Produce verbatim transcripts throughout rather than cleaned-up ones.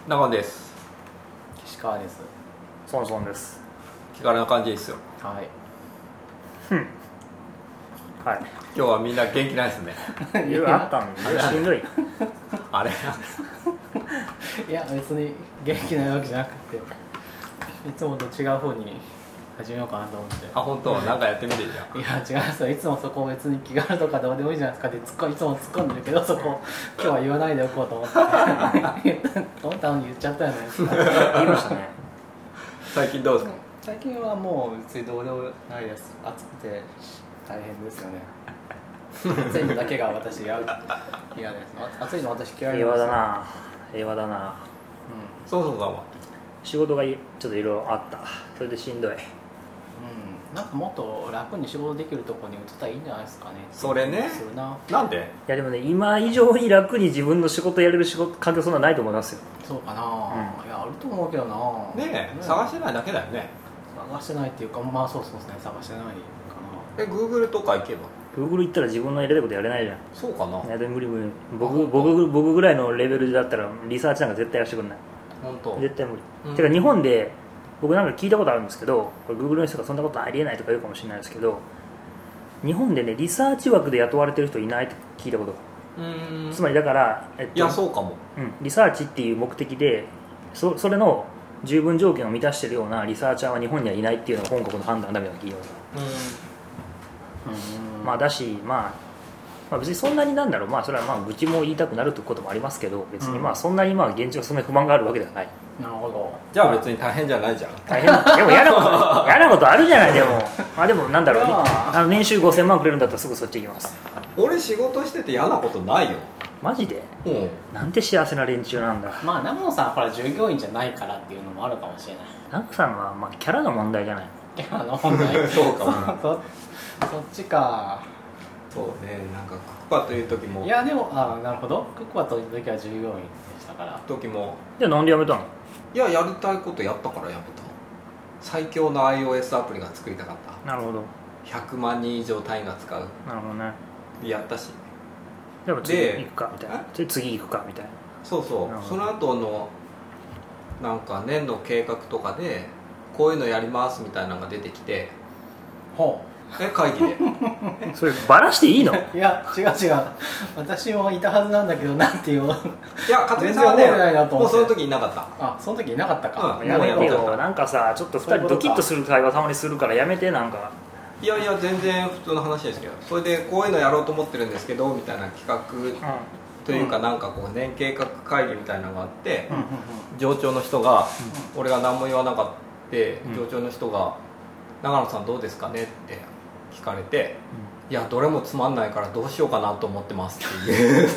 中です。 岸川です。 ソンソンです。 気軽な感じですよ。 はい。 ふん。はい。 今日はみんな元気ないですね。 いろいろあったんでしんどい。 あれいや別に元気ないわけじゃなくて、いつもと違う方に始めようかなと思って。 あ、本当なんかやってみてじゃん。 いや違いますよ。いつもそこ別に気軽とかどうでもいいじゃないですかって突っ込いつも突っ込んでるけど、そこ今日は言わないでおこうと思って思ったのに言っちゃったよね。 言いましたね。 最近どうですか？ 最近はもう別にどうでもないです。暑くて大変ですよね。暑いのだけが私嫌嫌です。暑いの私嫌いなんですよ。 平和だな。平和だな。 うん。 そうそうだわ。 仕事がちょっといろいろあった。それでしんどい。 うん、なんかもっと楽に仕事できるところに移ったらいいんじゃないですかね。 それね。 するな。 なんで？ いやでもね、今以上に楽に自分の仕事やれる仕事環境そんなないと思いますよ。 そうかな、 うん、 いやあると思うけどな。 ねえ、ね、探してないだけだよね。 探してないっていうか、まあそうそうですね、探してないかな。え、Google とか行けば Google 行ったら自分のやりたいことやれないじゃん。 そうかな。 いやでも無理無理。僕僕僕ぐらいのレベルだったらリサーチなんか絶対やらせてくれない。 本当。 絶対無理、 うん、 てか日本で僕なんか聞いたことあるんですけど、これ Google の人がそんなことありえないとか言うかもしれないですけど、日本でねリサーチ枠で雇われてる人いないって聞いたことが。 うーん、 つまりだから、えっと、 いやそうかも、 うん、リサーチっていう目的で そ, それの十分条件を満たしているようなリサーチャーは日本にはいないっていうのが本国の判断だみたいな聞いたことが。 うん、 まあだし、まあ、まあ別にそんなになんだろう、まあそれはまあ愚痴も言いたくなるということもありますけど、別にまあそんなにまあ現状そんなに不満があるわけではない。 なるほど。 じゃあ別に大変じゃないじゃん。 大変でも嫌なこと嫌なことあるじゃない。でもまあでもなんだろう、あの年収ごせんまんくれるんだったらすぐそっち行きます。 俺仕事してて嫌なことないよ。 マジで？ うん。 なんて幸せな連中なんだ。 まあ長野さんはほら従業員じゃないからっていうのもあるかもしれない。 ナクさんはまあキャラの問題じゃない。 キャラの問題。 そうかも。 そ, そっちか。 そうね、なんかクッパという時もいやでもあなるほど、クッパという時は従業員でしたから時もじゃあなんで辞めたの？ いややりたいことやったからやめた。最強の iOS アプリが作りたかった。 なるほど。 ひゃくまんにん以上単位が使う。 なるほどね。 やったし。 でも次行くかみたいな。で次行くかみたいな。 そうそう。その後のなんか年の計画とかでこういうのやりますみたいなのが出てきて。 ほう。 え会議でそれバラしていいの？ いや違う違う、私もいたはずなんだけど、なんていういや勝美さんはね全然覚えてないなと思って。 もうその時いなかった。 あその時いなかったか、 うん、 やめてよ。 もうやめた。 なんかさちょっとふたりドキッとする会話たまにするからやめて。なんかいやいや全然普通の話ですけど、それでこういうのやろうと思ってるんですけどみたいな企画というか、 うん、 なんかこう年計画会議みたいなのがあって、 うんうんうん、 上長の人が、うん、俺が何も言わなかった、 うん、 上長の人が「長野さんどうですかね?」って聞かれて、うん、いやどれもつまんないからどうしようかなと思ってますっていう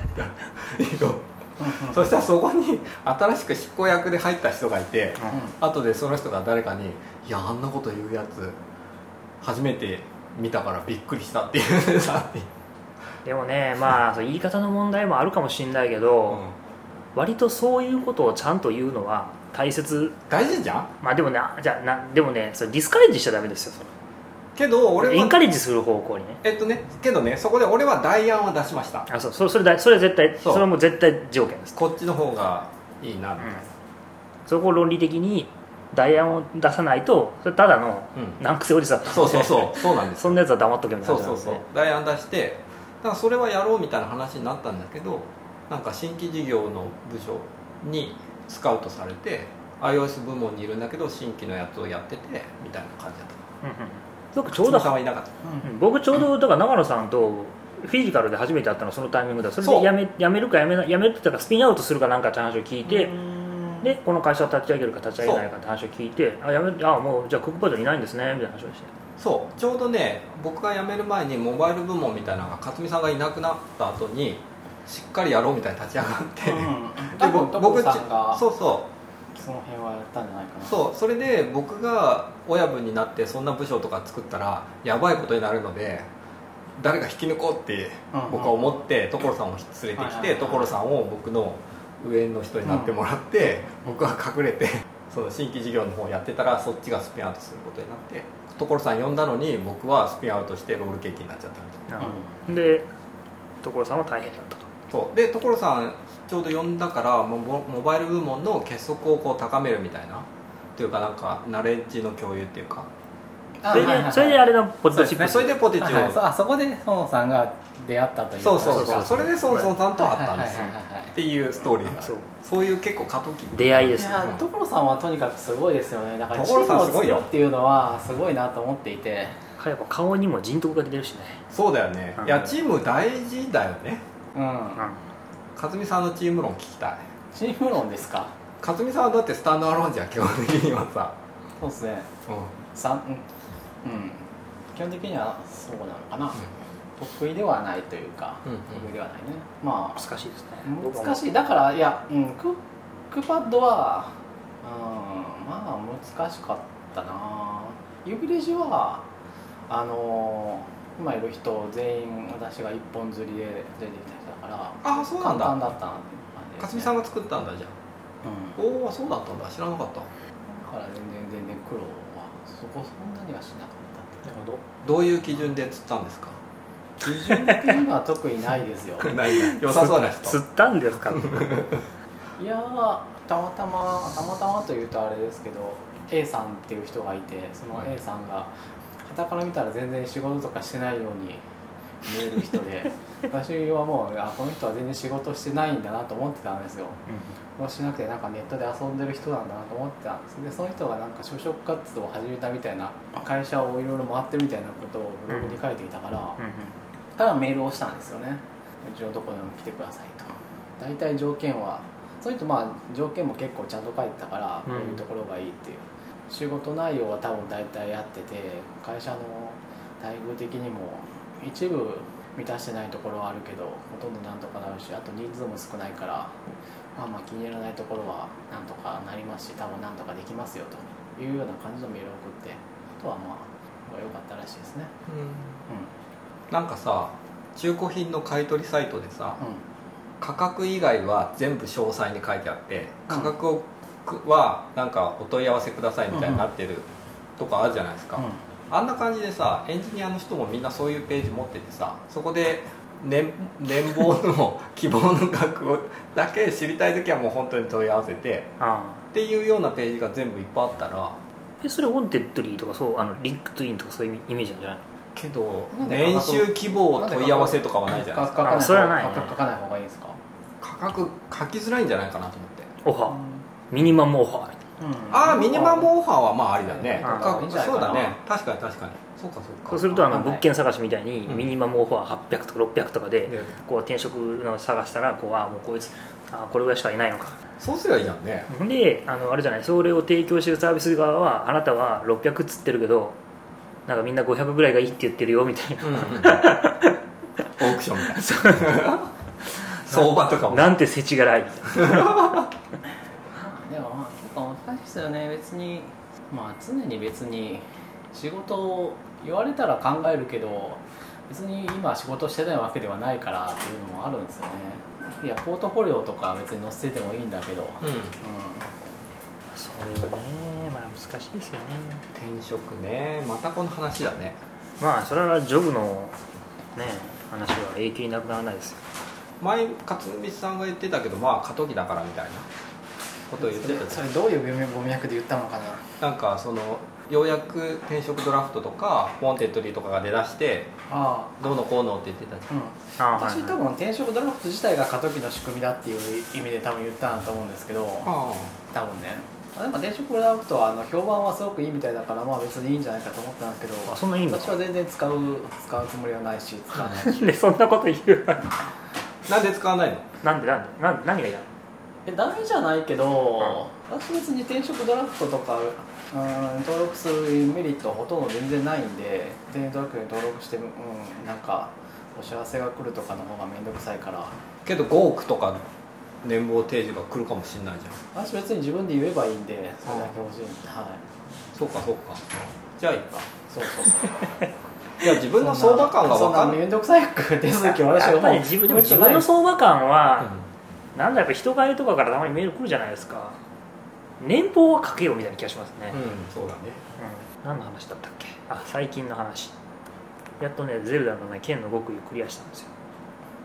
そしたらそこに新しく執行役で入った人がいて、うん、後でその人が誰かに「いやあんなこと言うやつ初めて見たからびっくりした」っていうさでもね、まあ言い方の問題もあるかもしれないけど、うん、割とそういうことをちゃんと言うのは大切。 大事じゃん。 まあでもね、じゃあなでもね、それディスカレッジしちゃダメですよ。それけど俺はエンカレッジする方向にね。 えっとね、けどね、そこで俺は代案は出しました。 あ、そう、それそれだそれは絶対 そ, それはもう絶対条件です。 こっちの方がいいなみたいな、うん、 そこを論理的に代案を出さないと、それただの難癖おじさん、うん、 そうそうそうそうなんです。 そんなやつは黙っとけみたいな。 そうそうそう。代案出して、だからそれはやろうみたいな話になったんだけど、なんか新規事業の部署にスカウトされて iOS 部門にいるんだけど新規のやつをやっててみたいな感じだった。うんうん。 僕ちょうどさんはいなかった、 うん、僕ちょうどだから長野さんとフィジカルで初めて会ったのはそのタイミングだ。それでやめやめるかやめなやめるって言ったかスピンアウトするかなんかって話を聞いて、でこの会社を立ち上げるか立ち上げないかって話を聞いて、あやめあもうじゃあクックパッドいないんですねみたいな話をして。 そうちょうどね僕が辞める前にモバイル部門みたいなのが勝美さんがいなくなった後にしっかりやろうみたいに立ち上がって、うん、 で僕僕さんがそうそうその辺はやったんじゃないかな。 そうそれで僕が親分になってそんな部署とか作ったらやばいことになるので誰か引き抜こうって僕は思って所さんを連れてきて所さんを僕の上の人になってもらって、うん、僕は隠れてその新規事業の方をやってたらそっちがスピンアウトすることになって所さん呼んだのに僕はスピンアウトしてロールケーキになっちゃったみたいな、 うん、で所さんは大変だったと。 そうで所さんちょうど呼んだからモモバイル部門の結束をこう高めるみたいなっていうかなんかナレッジの共有っていうかそれで、はいはいはい、それであれのポテトチップス、 それでポテチを、 はいはい、あそこで孫さんが出会ったというそうそうそうそれで孫さんと会ったんですよっていうストーリーがそうそういう結構過渡期出会いですね。 いや所さんはとにかくすごいですよね。だからチームを作るっていうのはすごいなと思っていて、 やっぱ顔にも人徳が出てるしね。 そうだよね、うん、いやチーム大事だよね。 うん、うん、 かずみさんのチーム論聞きたい。 チーム論ですか。 かずみさんはだってスタンドアローンじゃん基本的にはさ。 そうですね、うんさんうん、基本的にはそうなのかな、うん、得意ではないというか、うんうん、得意ではないね。まあ難しいですね。 難しい。だからいや、うん、ククパッドは、うん、まあ難しかったな。ユビレジはあのー、今いる人全員私が一本釣りで出てきた人だからあそうなんだ簡単だったなっていう感じですね。かすみさんが作ったんだじゃあ、うん、おおそうだったんだ知らなかった。だから全然全然苦労はそこそんなにはしなかったって。 なるほど。どういう基準で釣ったんですか。 基準っていうのは特にないですよ。 ないな良さそうな人釣ったんですか。 いやたまたまたまたまというとあれですけど A さんっていう人がいて、その A さんが傍から見たら全然仕事とかしてないように見える人で私はもうあこの人は全然仕事してないんだなと思ってたんですよ、うん、もうしなくてなんかネットで遊んでる人なんだなと思ってたんです。でその人がなんか就職活動を始めたみたいな、会社をいろいろ回ってるみたいなことをブログに書いていたから、うんうんうん、からメールをしたんですよね。うちのところにも来てくださいと。大体条件はそれとまあ条件も結構ちゃんと書いてたから、こういうところがいいっていう、うん、仕事内容は多分大体やってて、会社の待遇的にも一部満たしてないところはあるけどほとんどなんとかなるし、あと人数も少ないからまあまあ気に入らないところはなんとかなりますし、多分なんとかできますよというような感じのメールを送って、あとはまあ良かったらしいですね。うん、うん、 なんかさ中古品の買い取りサイトでさ、うん、価格以外は全部詳細に書いてあって価格をはなんかお問い合わせくださいみたいになってるとかあるじゃないですか、うんうん、あんな感じでさエンジニアの人もみんなそういうページ持っててさ、そこで 年, 年俸の希望の額をだけ知りたい時はもう本当に問い合わせてっていうようなページが全部いっぱいあったら、 えそれウォンテッドリーとかそうあのリンクトインとかそういうイメージなんじゃないのけど年収希望問い合わせとかはないじゃないですか。 あそれはない、ね、価格書かない方がいいですか。 価格書きづらいんじゃないかなと思って。 オファー、ミニマムオファー、 うん、ああミニマムオファーはまあありだね、うん、そうだね、確かに確かにそうかそうか。 そうするとあの物件探しみたいにミニマムオファーはっぴゃくとかろっぴゃくとかで、うん、こう転職の探したらこうあもうこいつあこれぐらいしかいないのか、 そうすればいいじゃんね。 であのあれじゃない、それを提供してるサービス側はあなたはろっぴゃくっつってるけどなんかみんなごひゃくぐらいがいいって言ってるよみたいな、うんうん、オークションみたいな相場とかもなんて世知辛いでもまあ結構難しいですよね。別にまあ常に別に仕事を言われたら考えるけど別に今仕事してないわけではないからっていうのもあるんですよね。いやポートフォリオとか別に載せててもいいんだけど、うんうん、 そういうね、まあ難しいですよね。 転職ね、またこの話だね。 まあそれはジョブのね話は永久になくならないですよ。 前勝光さんが言ってたけどまあ過渡期だからみたいなことを言ってた。 それどういう文脈で言ったのかな。なんかそのようやく転職ドラフトとかウォンテッドリーとかが出だしてあどうのこうのって言ってたじゃん、 うん、私多分転職ドラフト自体が過渡期の仕組みだっていう意味で多分言ったんだと思うんですけど、多分ねなんか転職ドラフトはあの評判はすごくいいみたいだからまあ別にいいんじゃないかと思ったんですけど、 あそんないいんだ。 私は全然使う使うつもりはないし使わないしでそんなこと言うなんで使わないの。 なんでなんでなん何が嫌なの。 えダメじゃないけど、うん、私別に転職ドラフトとかうん登録するメリットはほとんど全然ないんで、転職ドラフトに登録して、うん、なんかお知らせが来るとかの方が面倒くさいから。 けどごおくとか年俸提示が来るかもしれないじゃん。 私別に自分で言えばいいんでそれだけ欲しいんで、はい、 そうかそうか、じゃあいいか。 そうそうそういや自分の相場感が分かんない。 面倒くさい手続きは私はやっぱり自分でも自分の相場感は、うん、なんだやっぱ人買いとかからたまにメール来るじゃないですか。年俸はかけよみたいな気がしますね。 うんそうだね、 うん、何の話だったっけ。あ最近の話。やっとねゼルダのね剣の極意をクリアしたんですよ。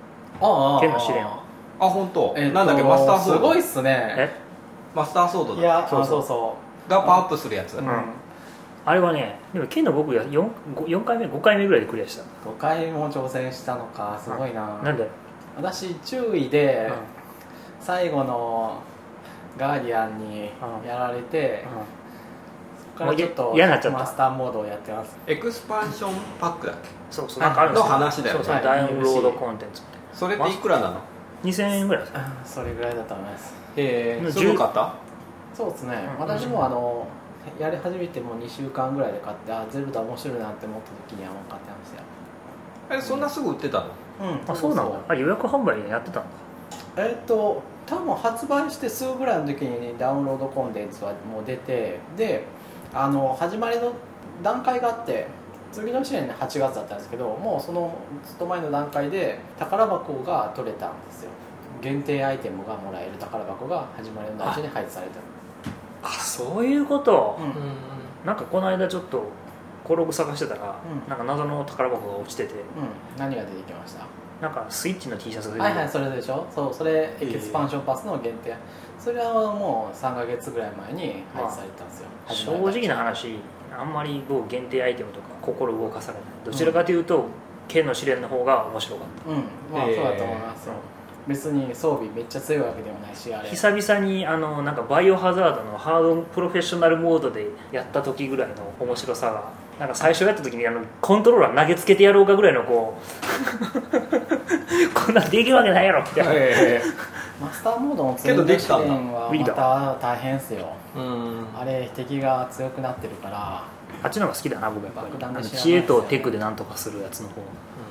ああ剣の試練を。 あ本当、 えっとなんだっけマスターソードすごいっすね。 えマスターソードだいやそうそうあそうそがパワーアップするやつ、 う、うん、 あれはねでも剣の僕が 4, よんかいめごかいめぐらいでクリアした。 ごかいも挑戦したのかすごいな。 なんで、 私注意でうん最後のガーディアンにやられて、そこからちょっともう嫌になっちゃったマスターモードをやってます。 エクスパンションパックだっけそうそうなんかあるんですよの話だよねそうそう、 はいダウンロードコンテンツってそれっていくらなの？ にせんえんぐらいです。 それぐらいだと思います。 へえのすぐ買った？ そうですね、 うん私もあのやり始めてもにしゅうかんぐらいで買って、あゼルダ面白いなって思った時にはもう買ってましたよ。 えそんなすぐ売ってたの？ うんあそうなんだ。あ予約販売やってたんだ。 えっと多分発売してすぐぐらいの時にダウンロードコンテンツはもう出て、であの始まりの段階があって、次の試練はちがつだったんですけど、もうそのずっと前の段階で宝箱が取れたんですよ。限定アイテムがもらえる宝箱が始まりの最初に配置されてる。 あそういうこと、 うんなんかこの間ちょっとコログ探してたら、 うんなんか謎の宝箱が落ちてて、 うん、何が出てきました？ なんかスイッチの T シャツがはいはい、それでしょ。そう、それエキスパンションパスの限定、それはもうさんかげつぐらい前に配置されてたんですよ。始まり正直な話あんまりこう限定アイテムとか心動かされない。どちらかというと、剣の試練の方が面白かっうん、まあえーそうだと思いますよ。別に装備めっちゃ強いわけでもないし、あた。 れ久々にあのなんかバイオハザードのハードプロフェッショナルモードでやった時ぐらいの面白さが、なんか最初やった時にあのコントローラー投げつけてやろうかぐらいのこうこんなんできるわけないやろみたいな、 へマスターモードのけどできたんだ試練はまた大変っすよ。 えうんあれ敵が強くなってるから。 あっちの方が好きだな僕やっぱり。 爆弾であの知らないですよね知恵とテクでなんとかするやつの方。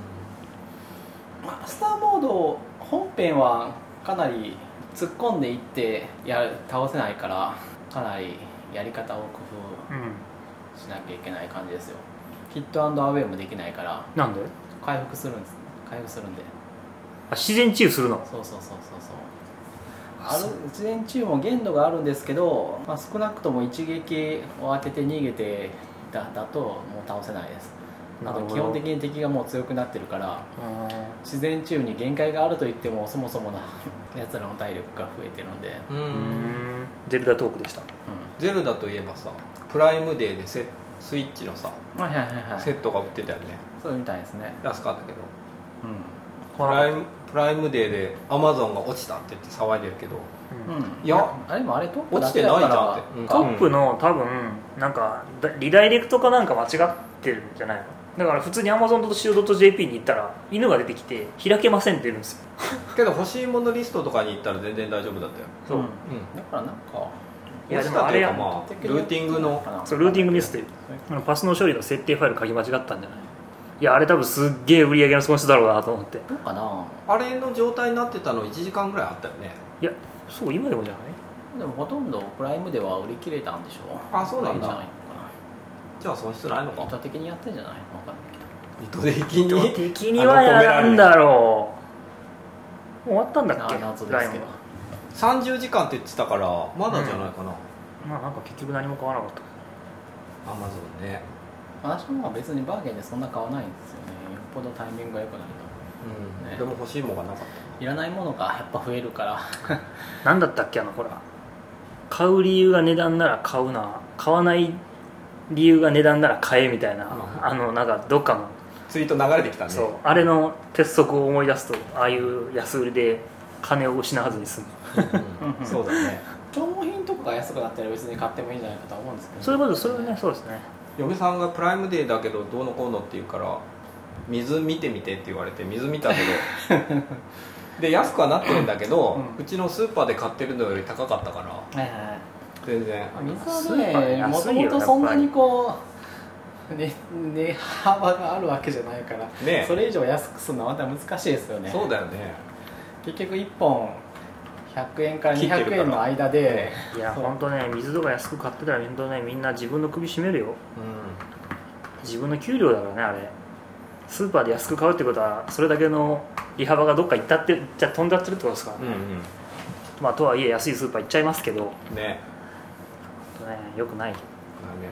マスターモード本編はかなり突っ込んでいってや倒せないから、かなりやり方を工うん夫しなきゃいけない感じですよ。ヒットアンドアウェイもできないからなんで回復するんです。回復するんで。 あ自然治癒するの。 そうそうそうそうそう。ある自然治癒も限度があるんですけど、まあ、少なくとも一撃を当てて逃げてだだともう倒せないです。あと基本的に敵がもう強くなってるから、自然治癒に限界があると言ってもそもそものやつらの体力が増えてるんで、 ううんんゼルダトークでした。 うゼルダといえばさプライムデーでセスイッチのさん、はいはいはいはい、 セットが売ってたよね。 そうみたいですね。 安かったけどうプライムプライムデーでアマゾンが落ちたって言って騒いでるけど、 うんん、うん、 いやあれもあれトップ落ちてだけだからないじゃんって、うんトップの多分なんかだリダイレクトかなんか間違ってるんじゃないの。だから普通に アマゾンドットシーオードットジェーピー に行ったら犬が出てきて開けませんって出るんですよ。 けど欲しいものリストとかに行ったら全然大丈夫だったよ。 そう、 んうんだからなんかいや落ちたというかでもまあルーティングのそうルーティングミスというあのパスの処理の設定ファイル書き間違ったんじゃない。いやあれ多分すっげえ売り上げの損失だろうなと思って。 どうかな。 あれの状態になってたのいちじかんぐらいあったよね。 いやそう今でもじゃない。 でもほとんどプライムでは売り切れたんでしょ。 あそうなんだいいんじゃないのかじゃあ損失ないのな。意か。 図的にやってんじゃないのかんないけど。 意図的に意図的にはやらんだろう。もう終わったんだっけあ謎ですけどラインは。 さんじゅうじかんって言ってたからまだじゃないかな、 まあなんか結局何も買わなかったけアマゾンね。 私もまあ別にバーゲンでそんな買わないんですよね。よっぽどタイミングが良くないうん、 ねでも欲しいものがなかっといらないものがやっぱ増えるからどなんだったっけあのほら買う理由が値段なら買うな買わない理由が値段なら買えみたいな、 うんあのなんかどっかの、 た。ツイート流れてきたね。 そうあれの鉄則を思い出すとああいう安売りで金を失わずに済む。 うんそうだね。 消耗品とかが安くなったら別に買ってもいいんじゃないかとは思うんですけど、 そういうことそれはねそうですね。 嫁さんがプライムデーだけどどうのこうのって言うから水見てみてって言われて水見たけどで安くはなってるんだけど、 うんうちのスーパーで買ってるのより高かったからはいはい全然水はスーパーでねもと安いよもとそんなにこうね値幅があるわけじゃないから、 ねそれ以上安くするのはまた難しいですよね。 そうだよね。 結局いっぽんひゃくえんからにひゃく切ってるからえんの間でいやそう本当ね水とか安く買ってたら本当ねみんな自分の首絞めるよ。 う自分の給料だからねあれ。スーパーで安く買うってことはそれだけの利幅がどっか行ったってじゃあ飛んじゃってるってことですからね、 んうんまあとはいえ安いスーパー行っちゃいますけど、 うんねね、よくない。 まあね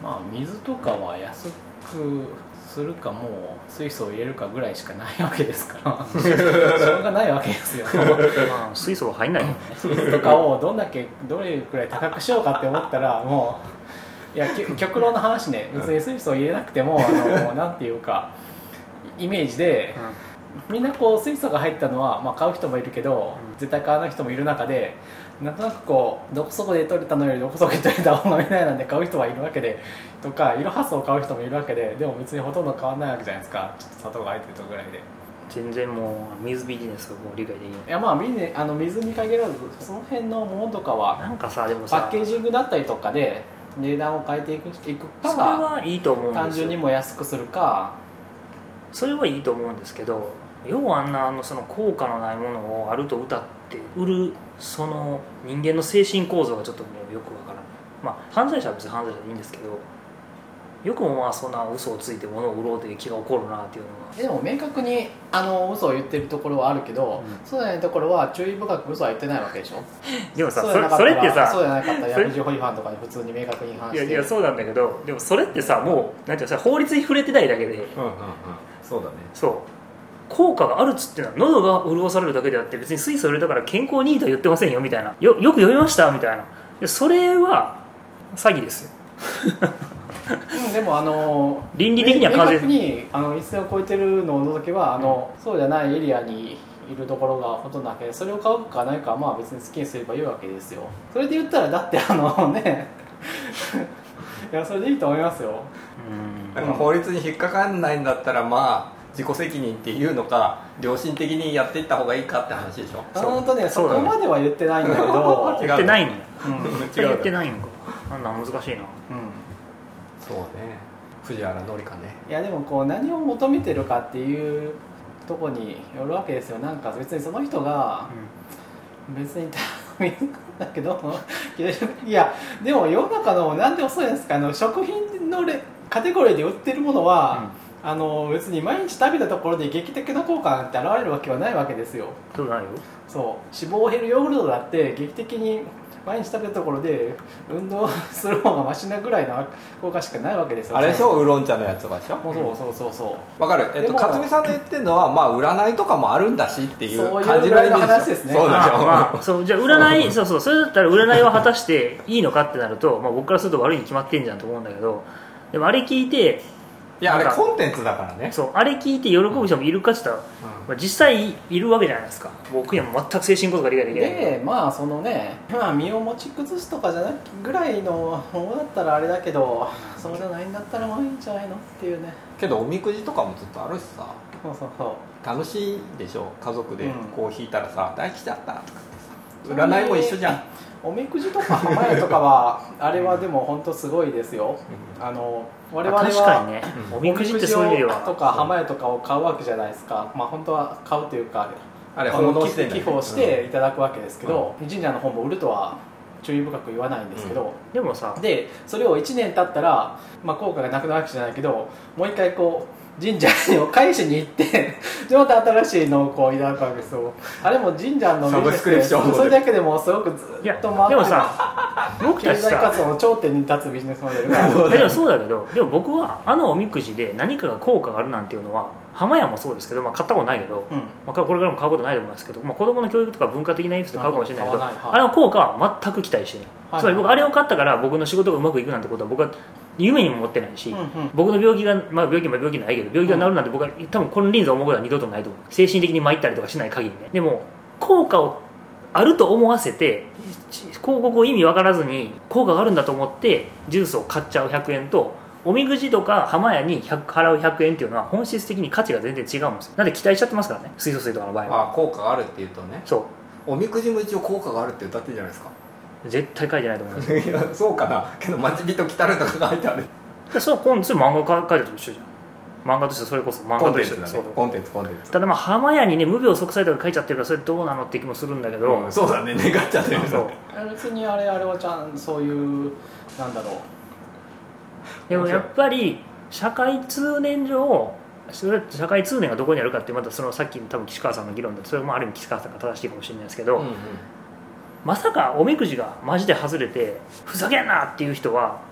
まあ水とかは安くするかもう水素を入れるかぐらいしかないわけですからしょうがないわけですよまあ水素は入んないよね水とかをどんだけどれくらい高くしようかって思ったらもういや極論の話ね別に水素を入れなくてもあのなんていうかイメージで、うん、みんなこう水素が入ったのは、まあ、買う人もいるけど、うん、絶対買わない人もいる中でなんとなくこうどこそこで取れたのよりどこそこで取れた方がいいなんで買う人はいるわけでとか色発想を買う人もいるわけででも別にほとんど変わらないわけじゃないですかちょっと砂糖が入ってるとぐらいで全然もう水ビジネスをもう理解できない。 いやまあビジネあの水に限らずその辺のものとかはなんかさでもさパッケージングだったりとかで値段を変えていくいくかそれはいいと思うんですよ。 単純にも安くするかそれはいいと思うんですけど要はあんなあのその効果のないものをあると謳って売るその人間の精神構造がちょっともうよくわからない。まあ犯罪者は別に犯罪者でいいんですけどよくもまあそんな嘘をついて物を売ろうという気が起こるなっていうのがでも明確にあの嘘を言ってるところはあるけど、うん、そうじゃないところは注意深く嘘は言ってないわけでしょでもさ そ, それってさそうじゃなかったら薬事法違反とかに普通に明確に違反していやいやそうなんだけどでもそれってさもうなんていうの法律に触れてないだけで、うんうんうん、 そうだねそう効果があるっつってのは喉が潤されるだけであって別に水素入れたから健康にいいとは言ってませんよみたいな よ, よく読みましたみたいなそれは詐欺ですようん、でもあの倫理的には完全にあの一線を越えてるのを除けばあの、うん、そうじゃないエリアにいるところがほとんどだけそれを買うかないかはまあ別に好きにすればいいわけですよそれで言ったらだってあのねいやそれでいいと思いますようんだから法律に引っかかんないんだったらまあ自己責任っていうのか良心的にやっていった方がいいかって話でしょ本当ねそこまでは言ってないんだけど言ってないんだ、 うん、 言ってないのかあんな難しいなうんそうね藤原紀香ねいやでもこう何を求めてるかっていうとこによるわけですよなんか別にその人が別に頼みだけどいやでも世の中の何でもそうじゃないですかあの食品のレカテゴリーで売ってるものは、うん、あの別に毎日食べたところで劇的な効果なんて現れるわけはないわけですよそうないよそう脂肪を減るヨーグルトだって劇的に毎日食べたところで運動する方がマシなぐらいの効果しかないわけですよあれでしょウーロン茶のやつとかでしょそうそうそうそうわかる、えっと、勝美さんの言ってるのは、まあ、占いとかもあるんだしっていう感じのイメージの話ですねそうでしょ、 まあ、そうじゃあ占いそうそうそれだったら占いを果たしていいのかってなると、まあ、僕からすると悪いに決まってんじゃんと思うんだけどでもあれ聞いていやあれコンテンツだからねそうあれ聞いて喜ぶ人もいるかって言ったら、うんまあ、実際いるわけじゃないですか僕には全く精神構造が理解できないでまあそのね、まあ、身を持ち崩すとかじゃないぐらいのものだったらあれだけどそうじゃないんだったらまあいいんじゃないのっていうねけどおみくじとかもずっとあるしさそうそうそう楽しいでしょ家族でこう引いたらさ、うん、大吉だったとかってさ占いも一緒じゃんおみくじとか浜屋とかはあれはでも本当すごいですよ、うん、あの我々は確かにね、おみくじってそういう意味ではとか浜屋とかを買うわけじゃないですか、まあ本当は買うというかあれ奉納して寄付をしていただくわけですけど、うん、神社の方も売るとは注意深く言わないんですけど、 うん、でもさでそれをいちねん経ったら、まあ、効果がなくなるわけじゃないけどもう一回こう神社を返しに行ってまた新しいのをこういただくわけですよあれも神社のサブスクリプションそれだけでもすごくずっと回ってでもさ僕た経ちさ済活動の頂点に立つビジネスモデルがでもそうだけどでも僕はあのおみくじで何かが効果があるなんていうのは浜屋もそうですけど、まあ、買ったことないけど、うんまあ、これからも買うことないと思いますけど、まあ、子供の教育とか文化的な意味で買うかもしれないけど、はい、あれの効果は全く期待してない、はい、つまり僕あれを買ったから僕の仕事がうまくいくなんてことは僕は夢にも持ってないし、うんうん、僕の病気が、まあ、病気も病気ないけど病気が治るなんて僕は多分この人数を思うことは二度とないと思う精神的に参ったりとかしない限りねでも効果をあると思わせて広告を意味分からずに効果があるんだと思ってジュースを買っちゃうひゃくえんとおみくじとか浜屋に払うひゃくえんっていうのは本質的に価値が全然違うんですよなんで期待しちゃってますからね水素水とかの場合はあ効果があるっていうとねそうおみくじも一応効果があるって歌ってるじゃないですか絶対書いてないと思いますいやそうかなけど待ち人来たるとか書いてあるそう今度漫画書いてると一緒じゃん漫画としてそれこそ漫画としてコンテンツコンテンツただまあ浜屋にね無病息災とか書いちゃってるからそれどうなのって気もするんだけど、 うん、そうだね願っちゃってるそう別にあれあれはちゃんそういうなんだろうでもやっぱり社会通念上それ社会通念がどこにあるかってまたそのさっきの多分岸川さんの議論だとそれもある意味岸川さんが正しいかもしれないですけど、うんうん、まさかおみくじがマジで外れてふざけんなっていう人は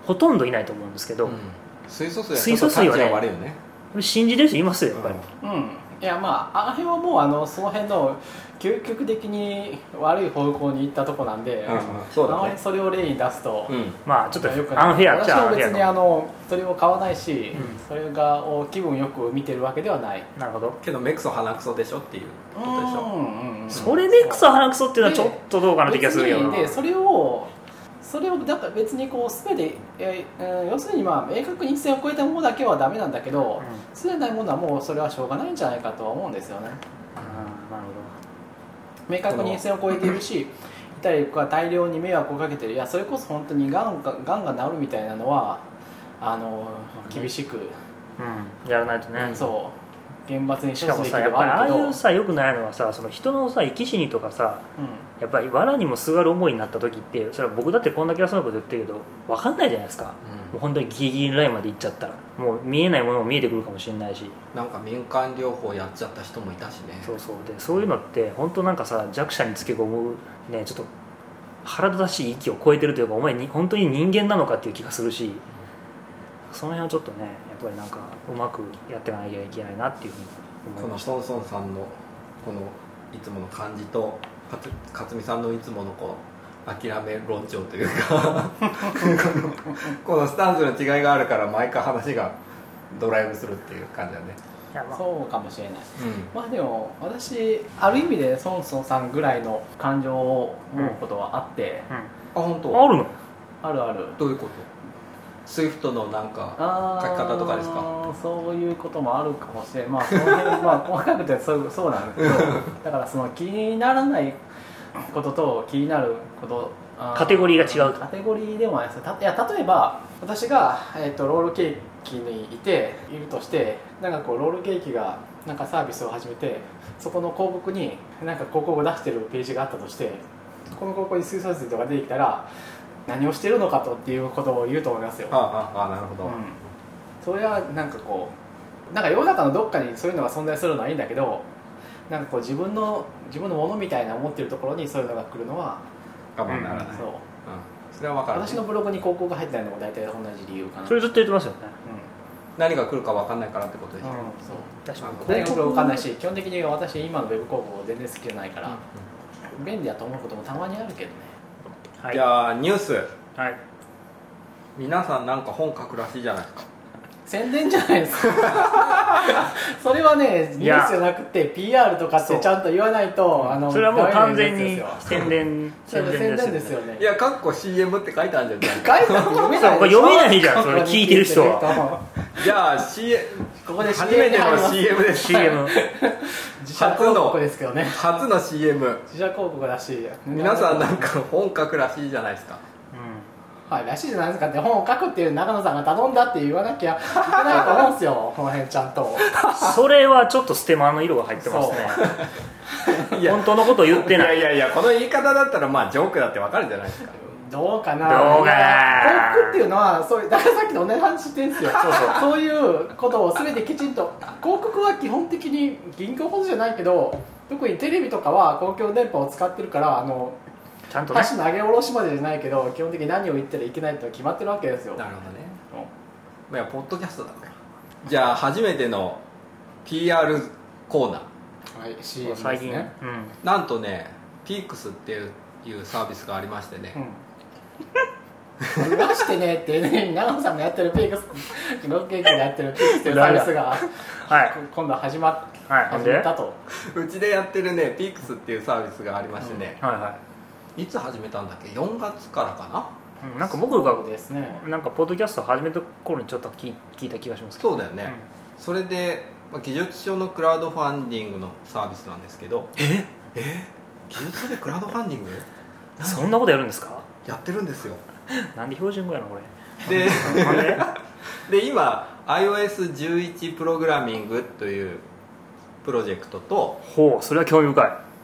ほとんどいないと思うんですけど、 うん、水素水は水素水はねちょっとタッチが悪いよね。 信じてる人いますよやっぱり、 うんいやまああれはもうあのその辺の究極的に悪い方向に行ったとこなんで、 うんうん、そうだねあまりそれを例に出すと、 うん、 まあちょっとアンよくフェアっちゃ私は別アンフェアかにあのそれを買わないし、 うんそれがを気分よく見てるわけではない。 なるほど。 けど目くそ鼻くそでしょっていうことでしょ。 うんうんうんそれでクソ鼻くそっていうのはちょっとどうかなって気がするけどな。 別にでそれをそれをだから別にこう全て、えーえー要するにまあ明確に一線を越えたものだけはダメなんだけど、 うんそうでないものはもうそれはしょうがないんじゃないかとは思うんですよね。 あーなる明確に一線を越えているし、いたりとか大量に迷惑をかけてる。いやそれこそ本当にがんががんが治るみたいなのはあの厳しく、 ほど、うん、やらないとね、 そう厳罰にしかも処すべきでさやっぱりあはあるけど、 あいうさよくないのはさ、その人のさ生き死にとかさ、 うんやっぱり藁にもすがる思いになった時って、それは僕だってこんだけ休むこと言ってるけど分かんないじゃないですか、もう本当にギリギリのラインまで行っちゃったらもう見えないものも見えてくるかもしれないし、 なんか民間療法やっちゃった人もいたしね。 そうそうでそういうのって本当なんかさ弱者につけ込むねちょっと腹立たしい域を超えてるというか、お前に本当に人間なのかっていう気がするし、その辺はちょっとねやっぱりなんかうまくやっていかなきゃいけないなっていうふうに思いこのました。 ソンソンさんのこのいつもの感じと勝勝美さんのいつものこう諦め論調というかこのスタンスの違いがあるから毎回話がドライブするっていう感じだね。 いやまあそうかもしれない。 うんまあでも私ある意味でソンソンさんぐらいの感情を思うことはあって、 うんあ本当あるのあるある。 どういうこと？スイフトのなんかあー書き方とかですか？ そういうこともあるかもしれない。まあその辺まあ細かくてそうそうなんですけどだからその気にならないことと気になることあーカテゴリーが違うとカテゴリーでもないです。たいや例えば私が、えー、とロールケーキにいているとして、なんかこうロールケーキがなんかサービスを始めて、そこの広告になんか広告を出してるページがあったとして、この広告に水素水とか出てきたら何をしてるのかとっていうことを言うと思いますよ。 ああああなるほど、 うん、それはなんかこうなんか世の中のどっかにそういうのが存在するのはいいんだけど、なんかこう自分の自分のものみたいな思ってるところにそういうのが来るのは、 我慢ならない、うんそうそれは分かる、ね、 私のブログに広告が入ってないのも大体同じ理由かな。 それずっと言ってますよね。 何が来るか分かんないからってことでしょ、 うん、そう確かに大学分かんないし、基本的に私今のウェブ広告全然好きじゃないから、便利だと思うこともたまにあるけどね。 はいじゃあニュース、 はい皆さんなんか本書くらしいじゃないですか。 宣伝じゃないですかそれはねニュースじゃなくて ピーアール とかってちゃんと言わないと、あのそれはもう完全にダメなやつですよ宣伝それ宣伝ですよね。 いやかっこ シーエム って書いてあるんじゃん書いてある読めないでしょ。 そうこれ読めないじゃんそれ聞いてる人はじゃあ シーエムここで初めての シーエム ですシーエム自社広告ですけどね。 初の シーエム自社広告だし、 皆さんなんか本書くらしいじゃないですか。 はいらしいじゃないですかって、本を書くっていう長野さんが頼んだって言わなきゃいけないと思うんですよこの辺ちゃんと。 それはちょっとステマの色が入ってますねいや本当のこと言ってないいやいやいやこの言い方だったらまあジョークだってわかるじゃないですか。 どうかな。 どうかな。 広告っていうのはそういう、だからさっきの同じ話してるんですよ。そうそうそういうことを全てきちんと。広告は基本的に銀行ほどじゃないけど、特にテレビとかは公共電波を使ってるから、あのちゃんとね箸の上げ下ろしまでじゃないけど基本的に何を言ったらいけないって決まってるわけですよ。 なるほどね。まあいやポッドキャストだから。じゃあ初めての ピーアール コーナー。 はい、シーエム です最近、 ね。 うん、 なんとねピークスっていういうサービスがありましてね、 うん、出してねってね、長野さんのやってるピークス、ローケーキがやってるピークスっていうサービスがはい今度始まっ、 はい始まったと。 うちでやってるねピークスっていうサービスがありましてね、 はいはいつ始めたんだっけよんがつからかな。 い、うん、なんか僕がそうですね。 なんかポッドキャストを始めた頃にちょっと聞い聞いた気がしますけどそうだよね、それで、まあ、技術書のクラウドファンディングのサービスなんですけど、 ええ技術書でクラウドファンディングそんなことやるんですか。 やってるんですよ。 なんで標準語やのこれでなんでで今 アイオーエスじゅういち プログラミングというプロジェクトと、 ほうそれは興味深い。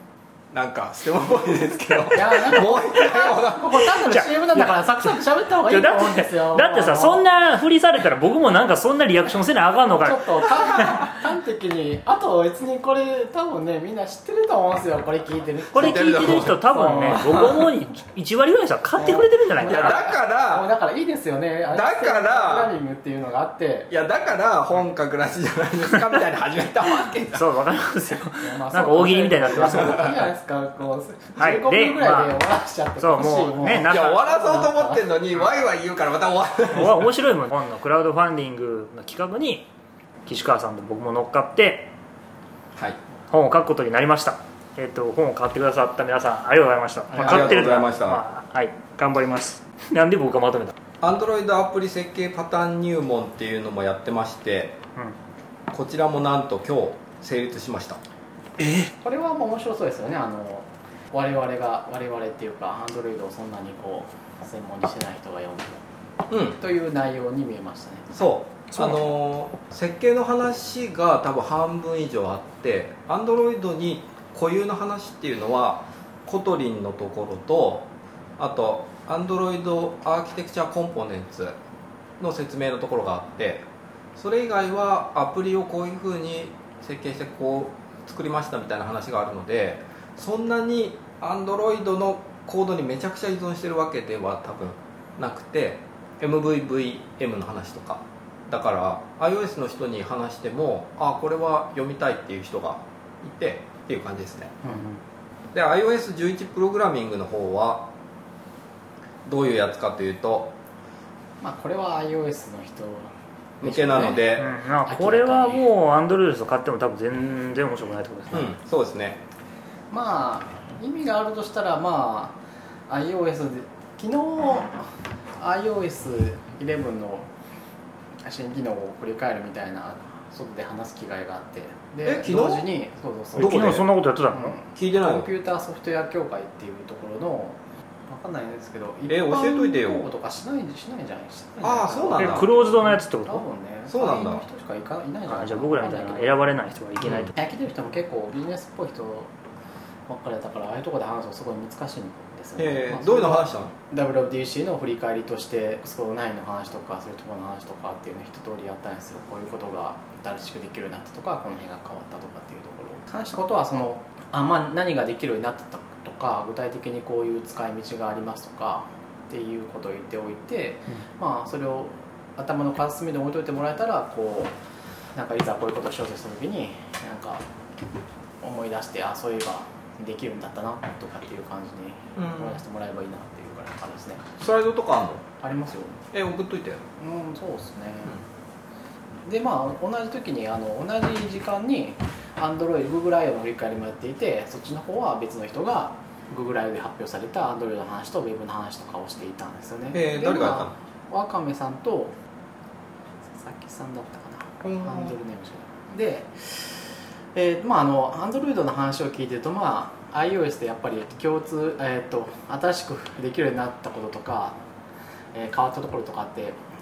なんかステマっぽいですけどいやなんかもう一回もここ単なる シーエム なんだからサクサク喋った方がいいと思うんですよ。 だってさ、そんなふりされたら僕もなんかそんなリアクションせなあかんのかちょっと端的に、あと別にこれ多分ねみんな知ってると思うんですよ、これ聞いてるこれ聞いてる人多分ね、僕思うにいち割ぐらいの人は買ってくれてるんじゃないかな。 いやだからだからいいですよね、だからプログラミングっていうのがあって、 いやだから本格らしいじゃないですかみたいに始めたわけだ。 そう、わかりますよ。 まあなんか大喜利みたいになってますいいじゃないですか、こうはいじゅうごふんぐらいで終わらしちゃってそうほしいもうねなんかいや終わらそうと思ってんのにワイワイ言うからまた終わらない。 お面白いもん、本のクラウドファンディングの企画に岸川さんと僕も乗っかってはい、 本を書くことになりました。えっと本を買ってくださった皆さんありがとうございました。まあ、買ってるありがとうございましたまあはい頑張ります。なんで僕がまとめた。 Android アプリ設計パターン入門っていうのもやってまして、 うん、 こちらもなんと今日成立しました。 これはもう面白そうですよね。あの我々が我々っていうか Android をそんなにこう専門にしてない人が読むうん、 という内容に見えましたね。 そうそうあのー設計の話が多分半分以上あって Android に固有の話っていうのはコトリンのところと、あと Android アーキテクチャコンポーネンツの説明のところがあって、それ以外はアプリをこういうふうに設計してこう作りましたみたいな話があるので、そんなに Android のコードにめちゃくちゃ依存してるわけでは多分なくて、 エムブイブイエム の話とかだから iOS の人に話してもあこれは読みたいっていう人がいてっていう感じですね。 うんで アイオーエスじゅういち プログラミングの方はどういうやつかというと、 まあこれは iOS の人向けなので、 うん、まあこれはもう Android と買っても多分全然面白くないってことですね。 うん、そうですね。 まあ意味があるとしたら、まあ iOS で昨日 アイオーエスイレブンの新機能を振り返るみたいな外で話す機会があって、でえ昨日同時にそうそうそうどこで昨日そんなことやってたの、 うん聞いてないのコンピューターソフトウェア協会っていうところの分かんないんですけど、 え教えといてよ一般公募とかしないしないんじゃないしああそうなんだえクローズドのやつってこと？ 多分ねそうなんだ会員の人しかいかいないんじゃないかな。 あじゃあ僕らみたいな選ばれない人はいけないと、 いや来てる人も結構ビジネスっぽい人ばっかりだったから、ああいうところで話すのすごい難しいんですよね。まあえーどういうの話したの？ ダブリューダブリューディーシー の振り返りとしてスコーナインの話とかそういうところの話とかっていうのを一通りやったんですよ。こういうことが新しくできるようになったとか、この辺が変わったとかっていうところを話したことは、そのあ、まあ、何ができるようになったとか、具体的にこういう使い道がありますとかっていうことを言っておいて、うん、まあそれを頭の片隅で置いといてもらえたら、こうなんかいざこういうことをしようとした時になんか思い出して、あそういえばできるんだったなとかっていう感じに思い出してもらえばいいなっていうぐらいの感じですね。 スライドとかあんの？ ありますよ。 え送っといて。 うん、そうですね。うん、でまあ同じ時にあの同じ時間に Android、Google アイオー の振り返りもやっていて、そっちの方は別の人が Google アイオー で発表された Android の話と Web の話とかをしていたんですよね。 えー、誰がやったの？ わかめさんと佐々木さんだったかな、 うんハンドルネームで、えーまあ、あの Android の話を聞いてると、まあ、iOS でやっぱり共通、えー、と新しくできるようになったこととか、えー変わったところとかって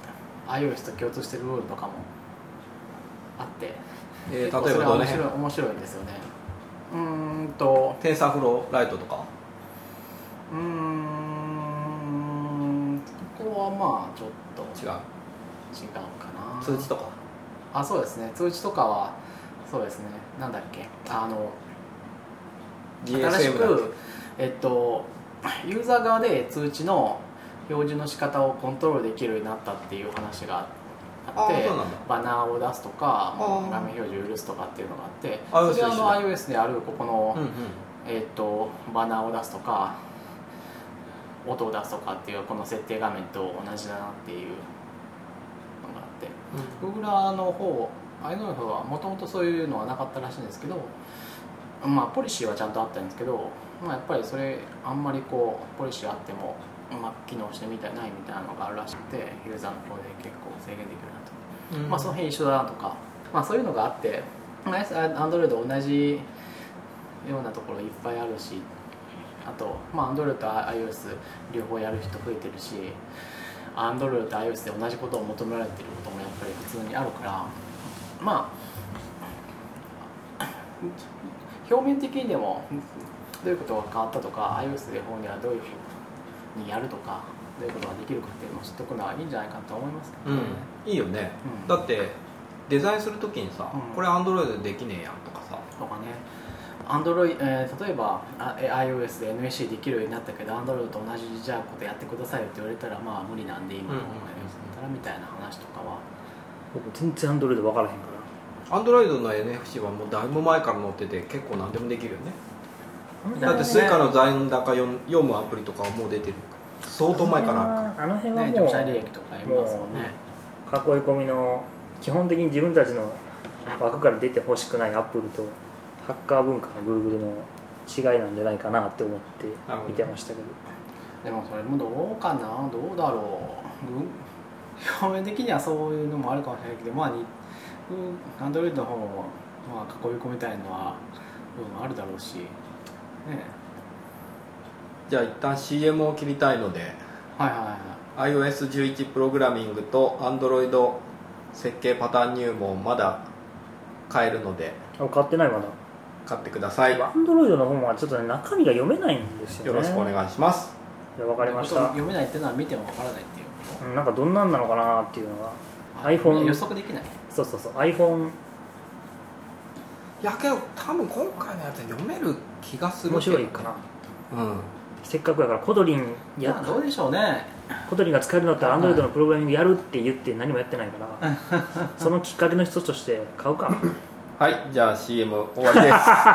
iOS と共通してる部分とかもあって、 えー、例えば結構それはどの辺？ 面白い面白いんですよね。うーんとテンサーフローライトとか？ うーんここはまあちょっと違う。 違うかな。 通知とか？ あ、そうですね。通知とかはそうですね。なんだっけ、あのジーエス新しエム だっくえっとユーザー側で通知の表示の仕方をコントロールできるようになったっていう話があって、 あそうなんだ。 バナーを出すとかあー画面表示を許すとかっていうのがあって、 iOS それはあのと一緒だ iOS であるここの、 うんうん。 えっとバナーを出すとか音を出すとかっていうこの設定画面と同じだなっていうのがあって、Google の方、アイノーの方はもともとそういうのはなかったらしいんですけど、まあポリシーはちゃんとあったんですけど、まあ、やっぱりそれあんまりこうポリシーあってもうまく機能してみたいないみたいなのがあるらしくて、ユーザーの方で結構制限できるようになった、うん、まあその辺一緒だなとか、まあそういうのがあって、Android と同じようなところいっぱいあるし、あと、まあ、Android と iOS 両方やる人増えてるし、Android と iOS で同じことを求められてることもやっぱり普通にあるから、まあ表面的にでもどういうことが変わったとか iOS で方にはどういうふうにやるとかどういうことができるかっていうのを知っておくのはいいんじゃないかと思いますけどね、 うん、いいよね、うん、だってデザインするときにさ、うん、これ Android でできねえやんとかさとかねAndroid、えー、例えば iOS で エヌエフシー できるようになったけど Android と同じじゃあことやってくださいよって言われたらまあ無理なんで今の iOS だったらみたいな話とかは僕全然 Android 分からへんから Android の エヌエフシー はもうだいぶ前から載ってて結構何でもできるよねだって Suica の残高読むアプリとかはもう出てる相当前からあの辺はもう、 ね、乗車履歴とかありますもんね囲い込みの基本的に自分たちの枠から出てほしくないアップルとハッカー文化の Google の違いなんじゃないかなって思って見てましたけどでもそれもどうかなどうだろう表面的にはそういうのもあるかもしれないけどまあ Android の方も、まあ、囲い込みたいのは部分あるだろうし、ね、 じゃあ一旦 シーエム を切りたいので、 はいはいはい、 アイオーエスじゅういち プログラミングと Android 設計パターン入門まだ買えるのであ買ってないまだ買ってください。 Android の本はちょっと、ね、中身が読めないんですよね。 よろしくお願いします。 いや分かりました。 読めないっていうのは見ても分からないっていう、 うん、なんかどんなんなのかなっていうのが iPhone 予測できない。 そうそうそう iPhone いやけど多分今回のやつは読める気がする面白いかな、 うん、 せっかくやからコドリンや、 まあ、どうでしょうね。 コドリンが使えるんだったら Android のプログラミングやるって言って何もやってないからそのきっかけの一つとして買うかはい、じゃあ シーエム 終わりです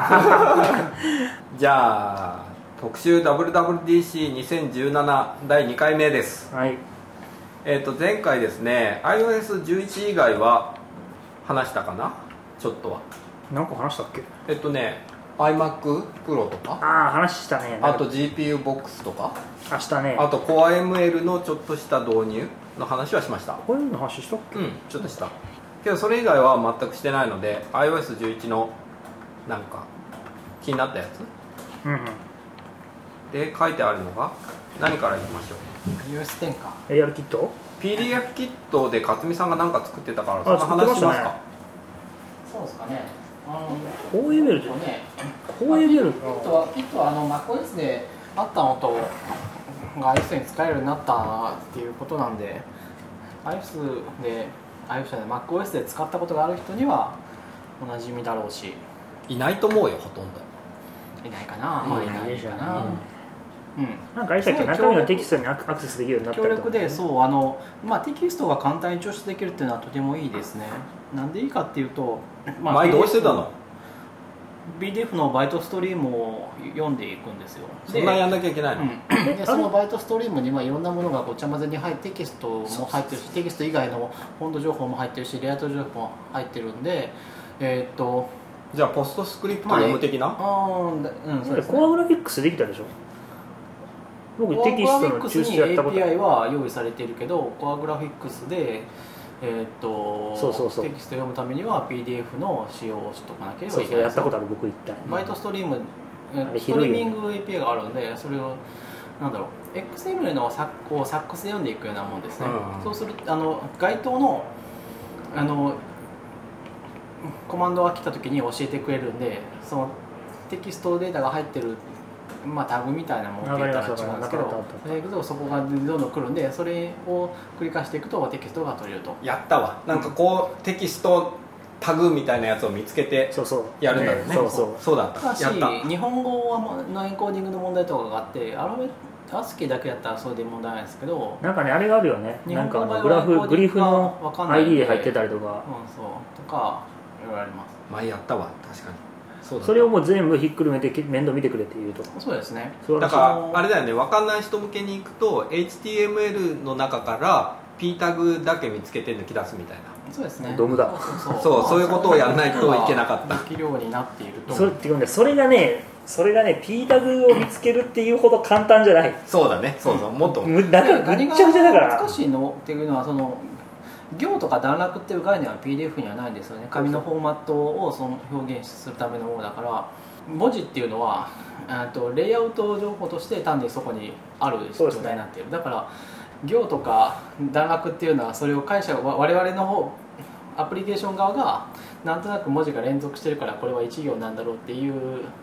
じゃあ特集 ダブリューダブリューディーシーにせんじゅうなな だいにかいめです。 はい。 えっと前回ですね アイオーエスじゅういち 以外は話したかな、ちょっとは。 何個話したっけ。 えっとね iMac Pro とか、 ああ話したね。 あと ジーピーユー ボックスとか、 明日ね、 あと CoreML のちょっとした導入の話はしました。 こういうの話したっけ。 うん、ちょっとしたけどそれ以外は全くしてないので アイオーエスじゅういち のなんか気になったやつ、 うんうん、 で書いてあるのが何からいきましょう。 アイオーエステン かエーアール キットピーディーエフ キットで勝美さんが何か作ってたからその話しますか。 そうですかね。あのコーエムエル ってね、 コーエムエルキットはキットはあの MacOS であったのとが iOS に使えるようになったっていうことなんで iOS で iOS じゃない MacOS で使ったことがある人にはおなじみだろうし、 いないと思うよほとんど。 いないかな、まあいないかな、うんうん、なんかあれしたっけ、中身のテキストにアクセスできるようになったりとか、 強力で、そうあの、まあ、テキストが簡単に抽出できるっていうのはとてもいいですね。なんでいいかっていうと、 まあ、前どうしてたの？ ピーディーエフ のバイトストリームを読んでいくんですよ。 そんなやんなきゃいけないの？ うん、でそのバイトストリームにはいろんなものがごちゃ混ぜに入ってテキストも入ってるし、テキスト以外のフォント情報も入ってるしレイアウト情報も入ってるんで、えー、っとじゃあポストスクリプト読む的な、 まあ、あうんそうですね、 コアグラフィックスできたでしょ。僕テキストの抽出やったこと。 コアグラフィックスに エーピーアイ は用意されているけど、コアグラフィックスで、えー、っとそうそうそう、 テキスト読むためには ピーディーエフ の使用をしとかなければいけない。 そうそうやったことある僕一回。 バイトストリーム、うん、ストリーミング エーピーアイ があるんで、それをなんだろう エックスエムエル のサッをサックスで読んでいくようなもんですね、うん、そうするあの該当のあのコマンドが来た時に教えてくれるんで、そのテキストデータが入ってる、まあ、タグみたいなものって言ったら違うんですけど、だけどそこがどんどん来るんで、それを繰り返していくとテキストが取れると。 やったわ。なんかこうテキストタグみたいなやつを見つけてやるんだよね。そうそうそうだった。 ただし日本語のエンコーディングの問題とかがあって、アルファベットアスキーだけやったらそれで問題ないですけど、 なんかねあれがあるよね。なんかグラフグリフの アイディー で入ってたりとか、うん、 そうとかいろいろあります。 前やったわ確かに。そうだ、 それをもう全部ひっくるめて面倒見てくれっていうと。 そうですね。 だからあれだよね、分かんない人向けに行くと エイチティーエムエル の中から P タグだけ見つけて抜き出すみたいな。 そうですね。 ドムだ。 そうそうそういうことをやらないといけなかった。 できるようになっていると。 それっていうね、それがね、それがね P タグを見つけるっていうほど簡単じゃない。 そうだね。そうそう、もっと。 だからぐっちゃぐちゃだから。 難しいのっていうのはその行とか段落っていう概念は ピーディーエフ にはないんですよね。紙のフォーマットをその表現するためのものだから。文字っていうのはとレイアウト情報として単にそこにある状態になっている、ね、だから行とか段落っていうのはそれを解釈我々の方アプリケーション側がなんとなく文字が連続してるからこれはいち行なんだろうっていう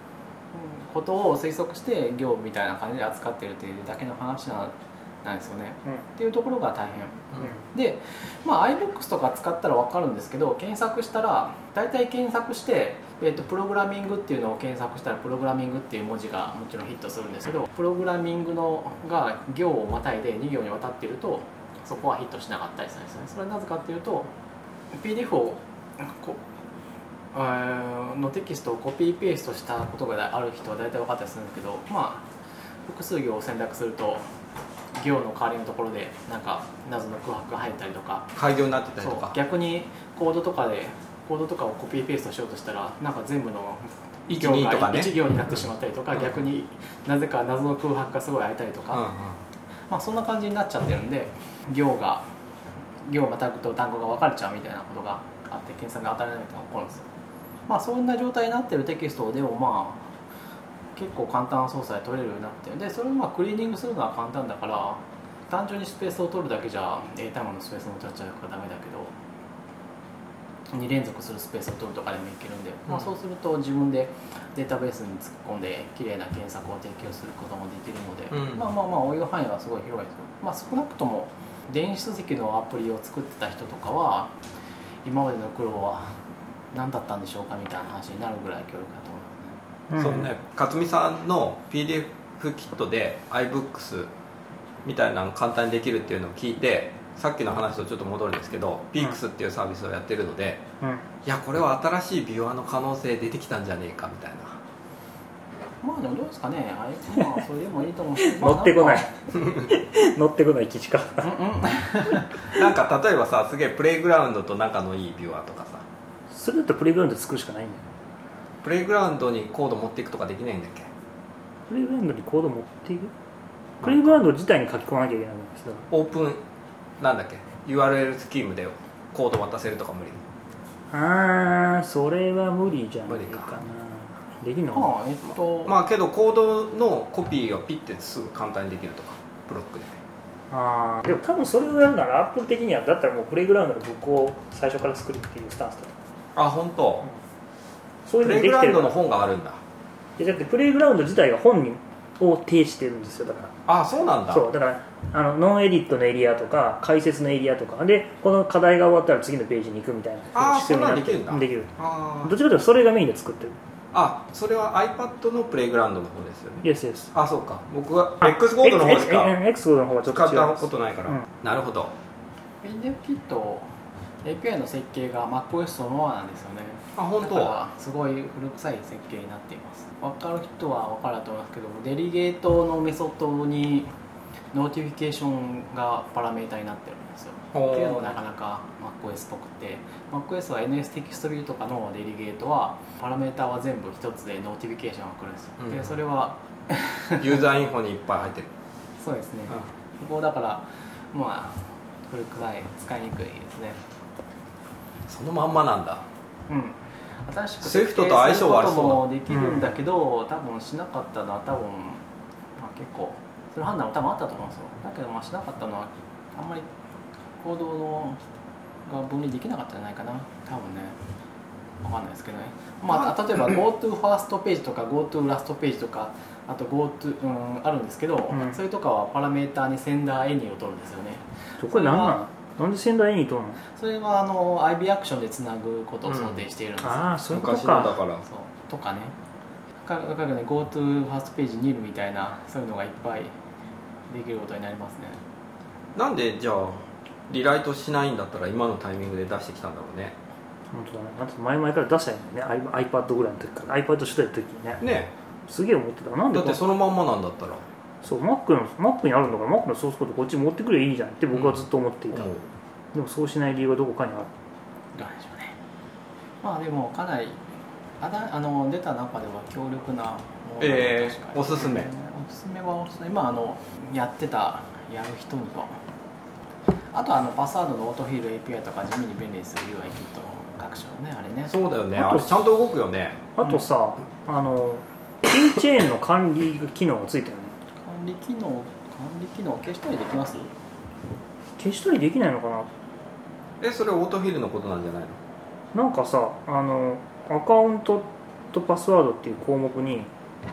ことを推測して行みたいな感じで扱ってるっていうだけの話なんなんですよね、うん、っていうところが大変、うん、で、まあ、iBooks とか使ったら分かるんですけど、検索したら大体検索して、えーと、プログラミングっていうのを検索したらプログラミングっていう文字がもちろんヒットするんですけど、プログラミングのが行をまたいでに行にわたっているとそこはヒットしなかったりするんですよね。それはなぜかっていうと ピーディーエフ をこのテキストをコピーペーストしたことがある人は大体分かったりするんですけど、まあ複数行を選択すると行の代わりのところでなんか謎の空白が入ったりとか開業になってたりとか、 逆にコードとかでコードとかをコピーペーストしようとしたらなんか全部のいち行とかねいち行になってしまったりとか、うん、逆になぜか謎の空白がすごい開いたりとか、うんうん、まあそんな感じになっちゃってるんで、行が行をまたぐと単語が分かれちゃうみたいなことがあって検索が当たらないみたいなのが起こるんですよ。まあそんな状態になってるテキストでもまあ結構簡単な操作で取れるようになってるで、それをまあクリーニングするのは簡単だから単純にスペースを取るだけじゃ英単語のスペースを取っちゃうからダメだけど、に連続するスペースを取るとかでもいけるんで、うん、まあ、そうすると自分でデータベースに突っ込んで綺麗な検索を提供することもできるので、うん、まあまあまあ応用範囲はすごい広いですよ。まあ少なくとも電子書籍のアプリを作ってた人とかは今までの苦労は何だったんでしょうかみたいな話になるぐらい強力だと思いますね。 そうね、勝美さんの ピーディーエフ キットで iBooks みたいなの簡単にできるっていうのを聞いて、さっきの話とちょっと戻るんですけど、ピークスっていうサービスをやってるので、うん、いやこれは新しいビューアーの可能性出てきたんじゃねえかみたいな。 まあでもどうですかね、あれ、まあそれでもいいと思うし乗ってこない乗ってこない基地かなんか例えばさ、すげえプレイグラウンドと仲のいいビューアーとかさ、 それだとプレイグラウンド作るしかないんだよ。 プレイグラウンドにコード持っていくとかできないんだっけ。 プレイグラウンドにコード持っていく、プレイグラウンド自体に書き込まなきゃいけないんですよ。 オープンなんだっけ ユーアールエル スキームでコード渡せるとか無理。 ああ、それは無理じゃないかな。できるのかな、 あ、えっと、 まあけどコードのコピーがピッてすぐ簡単にできるとか、ブロックで。 ああ、でも多分それをやるならアップル的にはだったらもうプレイグラウンドのブックを最初から作るっていうスタンスだ。 あ、本当。うん、 そういうプレイグラウンドの本があるんだ。 いやだってプレイグラウンド自体が本にを呈してるんですよ。だからあ、そうなんだ。 そうだからあのノンエディットのエリアとか解説のエリアとかで、この課題が終わったら次のページに行くみたいなシステムになってるんだ。 できる。あ、どっちかというとそれがメインで作ってる。 あ、それは iPad のプレイグラウンドの方ですよね。 Yes, yes。 あ、そうか。僕は X コードの方しか X コードの方はちょっと違う。 使ったことないから、うん、なるほど。 ピーディーエフ キット エーピーアイ の設計が MacOS そのままなんですよね。 あ、本当。 だからすごい古臭い設計になっています。分かる人は分かると思いますけど、デリゲートのメソッドにノーティフィケーションがパラメータになってるんですよ。っていうのもなかなか MacOS っぽくて、 MacOS は エヌエス テキストビューとかのデリゲートはパラメータは全部一つでノーティフィケーションが来るんですよ、うん、でそれはユーザーインフォにいっぱい入ってるそうですね、うん、ここだからまあ古くない使いにくいですね。 そのまんまなんだ。 うん、新しく設計することもできるんだけど、多分しなかったのは多分、まあ、結構その判断は多分あったと思うんですよ。だけどまあしなかったのはあんまり行動のが分離できなかったんじゃないかな、多分ね。分かんないですけどね。まあ例えば GoTo ファーストページとか GoTo ラストページとかあと GoTo、うん、あるんですけど、うん、それとかはパラメーターにセンダーエニーを取るんですよね。 これ何なの？なんでセンダーエニー取るの？ それはあの アイビー アクションでつなぐことを想定しているんですよ、うん、 ああ、そういうことか。 だからそうとかね、かかかね GoTo ファーストページにいるみたいな、そういうのがいっぱいできることになりますね。 なんでじゃあリライトしないんだったら今のタイミングで出してきたんだろうね。 本当だね。なんて前々から出したいんだよね。 iPad ぐらいの時から iPad 初代の時にね。 ねすげえ思ってた。なんでだってそのまんまなんだったら、 そう Mac の Mac にあるんだから Mac のソースコードこっち持ってくればいいじゃんって僕はずっと思っていた、うん、でもそうしない理由がどこかにある。 どうでしょうね。まあでもかなりあだあの出た中では強力なもの、 えー、おすすめ、 おすすめはおすすめ、まああのやってたやる人には、あとあのパスワードのオートフィール エーピーアイ とか地味に便利にする ユーアイ キットの各種のね、あれね。 そうだよね。あれちゃんと動くよね。 あとさ、うん、あのキーチェーンの管理機能がついてるね。 管理機能管理機能消したりできます？ 消したりできないのかな。 え、それオートフィールのことなんじゃないの？ なんかさ、あのアカウントとパスワードっていう項目に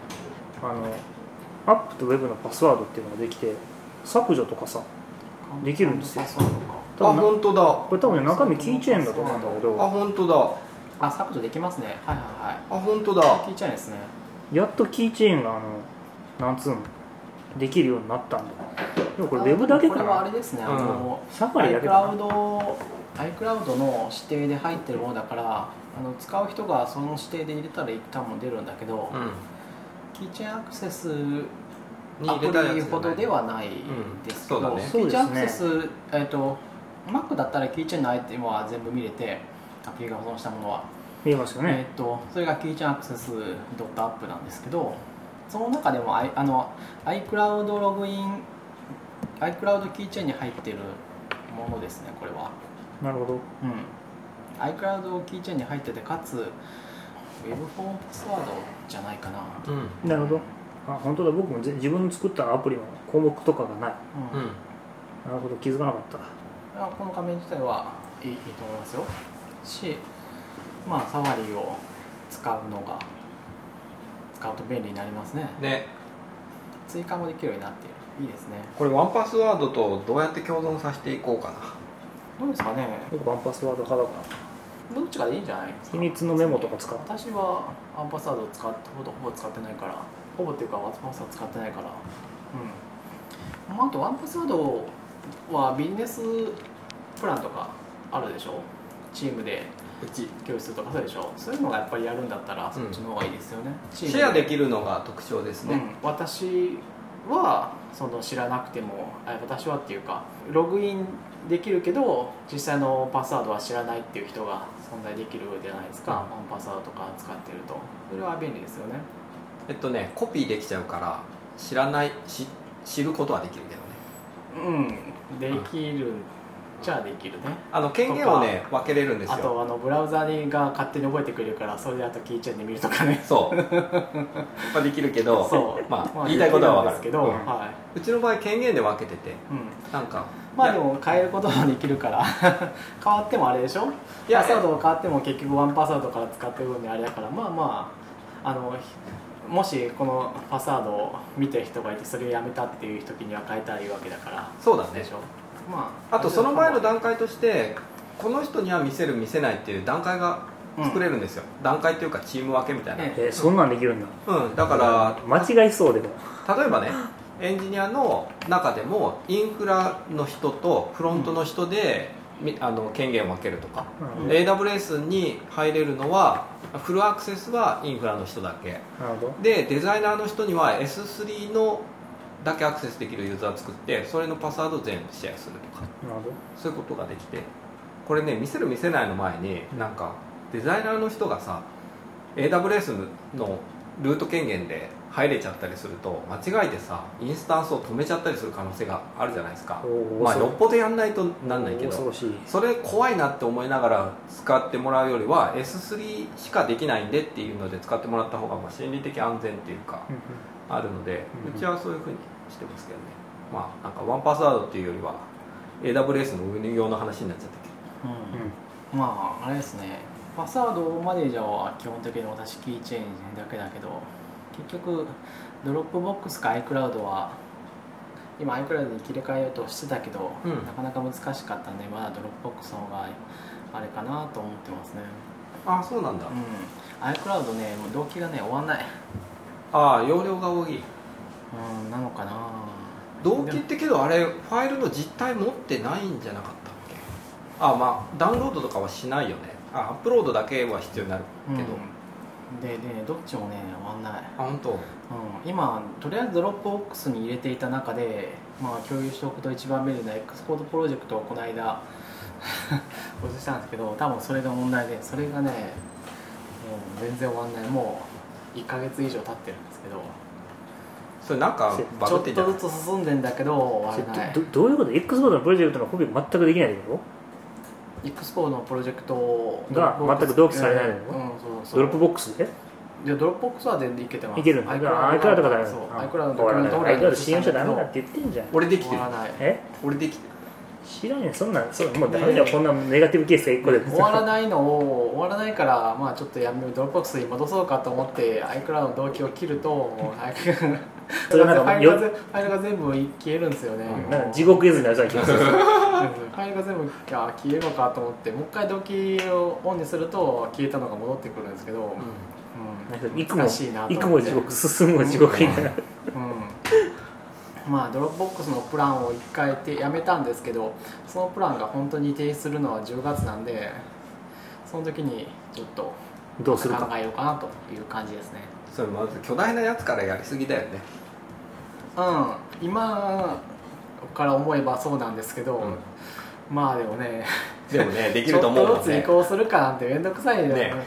あのアップとウェブのパスワードっていうのができて削除とかさできるんですよ。 あ、本当だ。 これ多分ね中身キーチェーンだと思うんだけど、 あ、本当だ。 あ、削除できますね。はいはいはい。 あ、本当だ。 キーチェーンですね。 やっとキーチェーンがあのなんつうのできるようになったんだ。でもこれウェブだけかな。 これはあれですね、あの、 うん、サファリだけかな。 iCloud iCloud の指定で入ってるものだから、あの使う人がその指定で入れたら一旦も出るんだけど、 うん、 キーチェーンアクセスにアプ入れたやつじゃないリほどではないですけど、 うん、 キそうだね。 ーチェーンアクセス、えーと、Mac だったらキーチェーンのアイテムは全部見れて、アプリが保存したものは見えますよね。 えーと、それがキーチェーンアクセスドットアップなんですけど、その中でも、I、あの iCloud ログイン iCloud キーチェーンに入ってるものですね、これは。 なるほど。 うん、iCloud キーチェーンに入ってて、かつ Web フォームパスワードじゃないかな。 うん、 なるほど。あ、本当だ。僕もぜ自分の作ったアプリの項目とかがない。 うん、 うん、 なるほど、気づかなかった。 あ、この画面自体はいい、いいと思いますよし、まあサファリを使うのが使うと便利になりますね。 ね。 追加もできるようになっている。いいですね。 これワンパスワードとどうやって共存させていこうかな。 どうですかね。 僕ワンパスワード派だから。 どっちかでいいんじゃないですか。 秘密のメモとか使う。 私はワンパスワードを使ってほぼほぼ使ってないから、ほぼっていうかワンパスワード使ってないから、うん。まあ、あとワンパスワードはビジネスプランとかあるでしょ。チームでうち共有するとかそうでしょ。そういうのがやっぱりやるんだったらそっちの方がいいですよね。 シェアできるのが特徴ですね。 うん、私はその知らなくても、私はっていうかログインできるけど実際のパスワードは知らないっていう人が存在できるじゃないですか、ワンパスワードとか使ってると。それは便利ですよね。 えっとねコピーできちゃうから知らないし知ることはできるけどね。 うん、できるじゃあできるね。 あの権限をね分けれるんですよ。 あとあのブラウザーが勝手に覚えてくれるから、それであとキーチェーンで見るとかね。 そうまあできるけどそう、 まあ、 まあ、 言いたいことは分かるですけど、 うんはうちの場合権限で分けてて、 い、うん、 なんかまあでも変えることはできるから変わってもあれでしょ。 いやパスワードが変わっても結局ワンパスワードから使ってる分にあれだから、まあまああのもしこのパスワードを見てる人がいてそれをやめたっていう時には変えたらいいわけだから。 そうだねでしょ。まあ、 あとその前の段階としてこの人には見せる見せないっていう段階が作れるんですよ、うん、段階っていうかチーム分けみたいな、 ええー、そんなんできるんだ。 うん、だから間違いそうでも例えばねエンジニアの中でもインフラの人とフロントの人で、うん、あの権限を分けるとか、うん、エーダブリューエス に入れるのはフルアクセスはインフラの人だけ。 なるほど。 でデザイナーの人には エススリー のだけアクセスできるユーザーを作ってそれのパスワードを全部シェアするとか、 なるほど。 そういうことができて、これね見せる見せないの前になんかデザイナーの人がさ エーダブリューエス のルート権限で入れちゃったりすると間違えてさインスタンスを止めちゃったりする可能性があるじゃないですか。まあよっぽどやんないとなんないけど、 恐ろしい。 それ怖いなって思いながら使ってもらうよりは エススリー しかできないんでっていうので使ってもらった方がまあ心理的安全っていうかあるので、うちはそういうふうにしてますけどね。まあなんかワンパスワードっていうよりは エーダブリューエス の運用の話になっちゃったけど、 うん、まああれですね、パスワードマネージャーは基本的に私キーチェーンだけだけど、結局ドロップボックスか iCloud は今 iCloud に切り替えようとしてたけど、うん、なかなか難しかったんでまだドロップボックスの方があれかなと思ってますね。 ああそうなんだ。 うん、iCloud ねもう同期がね終わんない。 ああ容量が多い。 うんなのかな。 同期ってけどあれファイルの実体持ってないんじゃなかったっけ。ああまあダウンロードとかはしないよね。あアップロードだけは必要になるけど、 うん、ででどっちもね終わんない。あ本当。 うん、今とりあえずドロップボックスに入れていた中で、まあ、共有しておくと一番便利な X コードプロジェクトをこの間ご一緒したんですけど、多分それが問題で、それがねもう全然終わんない。もういっかげつ以上経ってるんですけど、 それなんかバちょグっんじゃない。 ってとずつ進んでんだけど終わらない。 ど, どういうこと？ X コードのプロジェクトのコピーが全くできないってこと？ X コードのプロジェクトが全く同期されないの？うん、 そうそうドロップボックスで？ いやドロップボックスは全然いけてます。 いけるんだ。iCloud とかだよ。 そう iCloud のドキュメントフォルダに iCloud 信用しちゃダメだって言ってんじゃん。 俺できてる。 終わらない。 え？ 俺できてる。 知らんねんそんなんそもうダメだよ、こんなネガティブケースがいっこで終わらないのを終わらないからまあちょっとやめドロップボックスに戻そうかと思って iCloud の同期を切るともうそれなんかファイルがファイルが全部消えるんですよね、 うん、なんか地獄絵図になりそうな気がするファイルが全部消えるのかと思ってもう一回同期をオンにすると消えたのが戻ってくるんですけど、うんうん、いくも難しいなと思っていくも地獄進むも地獄になる、 うんうんまあ、ドロップボックスのプランをいっかいやめたんですけどそのプランが本当に停止するのはじゅうがつなんでその時にちょっとどうするか考えようかなという感じですね。 それまず巨大なやつからやりすぎだよね。 うん今から思えばそうなんですけど、うん、まあでもねでもねできると思うもんね。 ちょっとずつ移行するかなんてめんどくさいよね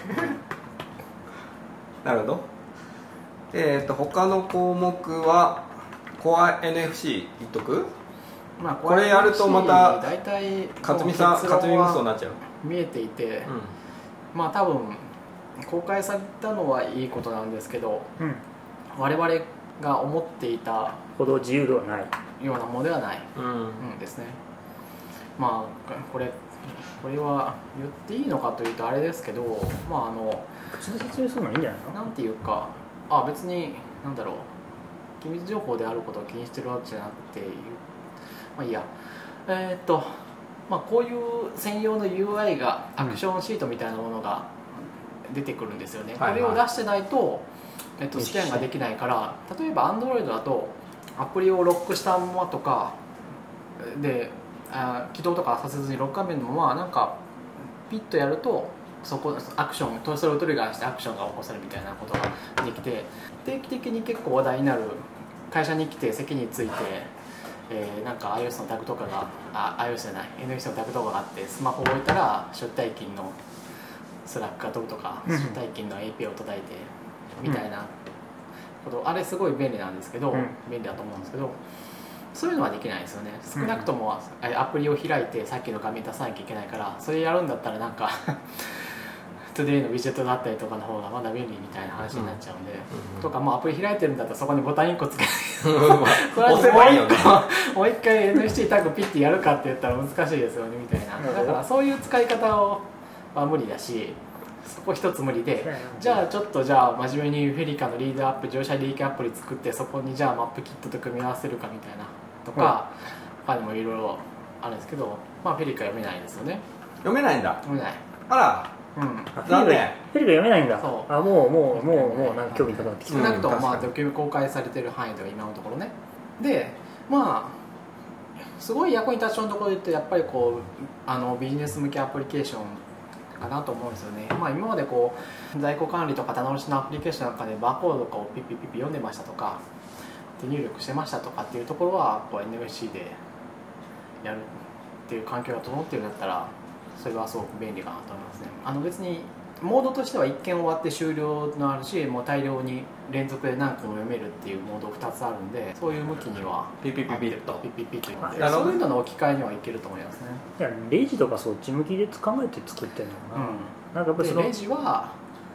なるほど。えっ、ー、と他の項目はCore エヌエフシー 言っとく、 まあ、 これやるとまた大体勝美さん勝美無双になっちゃう見えていて、うん、まあ多分公開されたのはいいことなんですけど、うん、我々が思っていたほど自由ではないようなものではない、うんうん、ですね。まあこれこれは言っていいのかというとあれですけど、まああの口で説明するのはいいんじゃないの？ なんていうか、あ別になんだろう。機密情報であることを気にしてるわけじゃなくて、まあいいや、えー、っと、まあ、こういう専用の ユーアイ がアクションシートみたいなものが出てくるんですよね、うん、これを出してないと、えっと、スキャンができないから、例えば Android だとアプリをロックしたままとかであ起動とかさせずにロック画面のままなんかピッとやるとそこアクションそれをトリガーしてアクションが起こせるみたいなことができて定期的に結構話題になる会社に来て席について、えー、なんか iOS のタグとかがあ iOS じゃない エヌエフシー のタグとかがあってスマホを置いたら出退勤のスラックが飛ぶとか、うん、出退勤の エーピーアイ を叩いてみたいなこと、うん、あれすごい便利なんですけど、うん、便利だと思うんですけどそういうのはできないですよね。少なくともアプリを開いてさっきの画面出さなきゃいけないからそれやるんだったらなんかトゥデイのウィジェットだったりとかの方がまだ便利みたいな話になっちゃうんで、うんうん、とかもうアプリ開いてるんだったらそこにボタンいっこつけ押せばいいよねもう一回 エヌエフシー タグピッてやるかって言ったら難しいですよねみたいな。だからそういう使い方をは無理だしそこ一つ無理で、じゃあちょっとじゃあ真面目にフェリカのリードアップ乗車履歴アプリ作ってそこにじゃあマップキットと組み合わせるかみたいなとか、他にもいろいろあるんですけど、まあフェリカ読めないですよね。 読めないんだ。 読めない。 あら、 うん、 残念。 フェリカ読めないんだ。そうあもうもうもうもうなんか興味なくなってきた。 少なくともまあドキュメ公開されてる範囲では今のところね。でまあすごい役に立ちそうなところで言うとやっぱりこうあのビジネス向けアプリケーションかなと思うんですよね。まあ今までこう在庫管理とか棚卸しのアプリケーションの中でバーコードとかをピッピッピッピ読んでましたとか手入力してましたとかっていうところはこう エヌエフシー でやるっていう環境が整っているんだったらそれはすごく便利かなと思いますね。あの別にモードとしてはいっけん終わって終了のあるしもう大量に連続で何個も読めるっていうモードふたつあるんでそういう向きにはピピピピッとピピピッと読んでそういうのの置き換えにはいけると思いますね。 いやレジとかそっち向きで考えて作ってるのかな、うん、なんかやっぱりそのレジは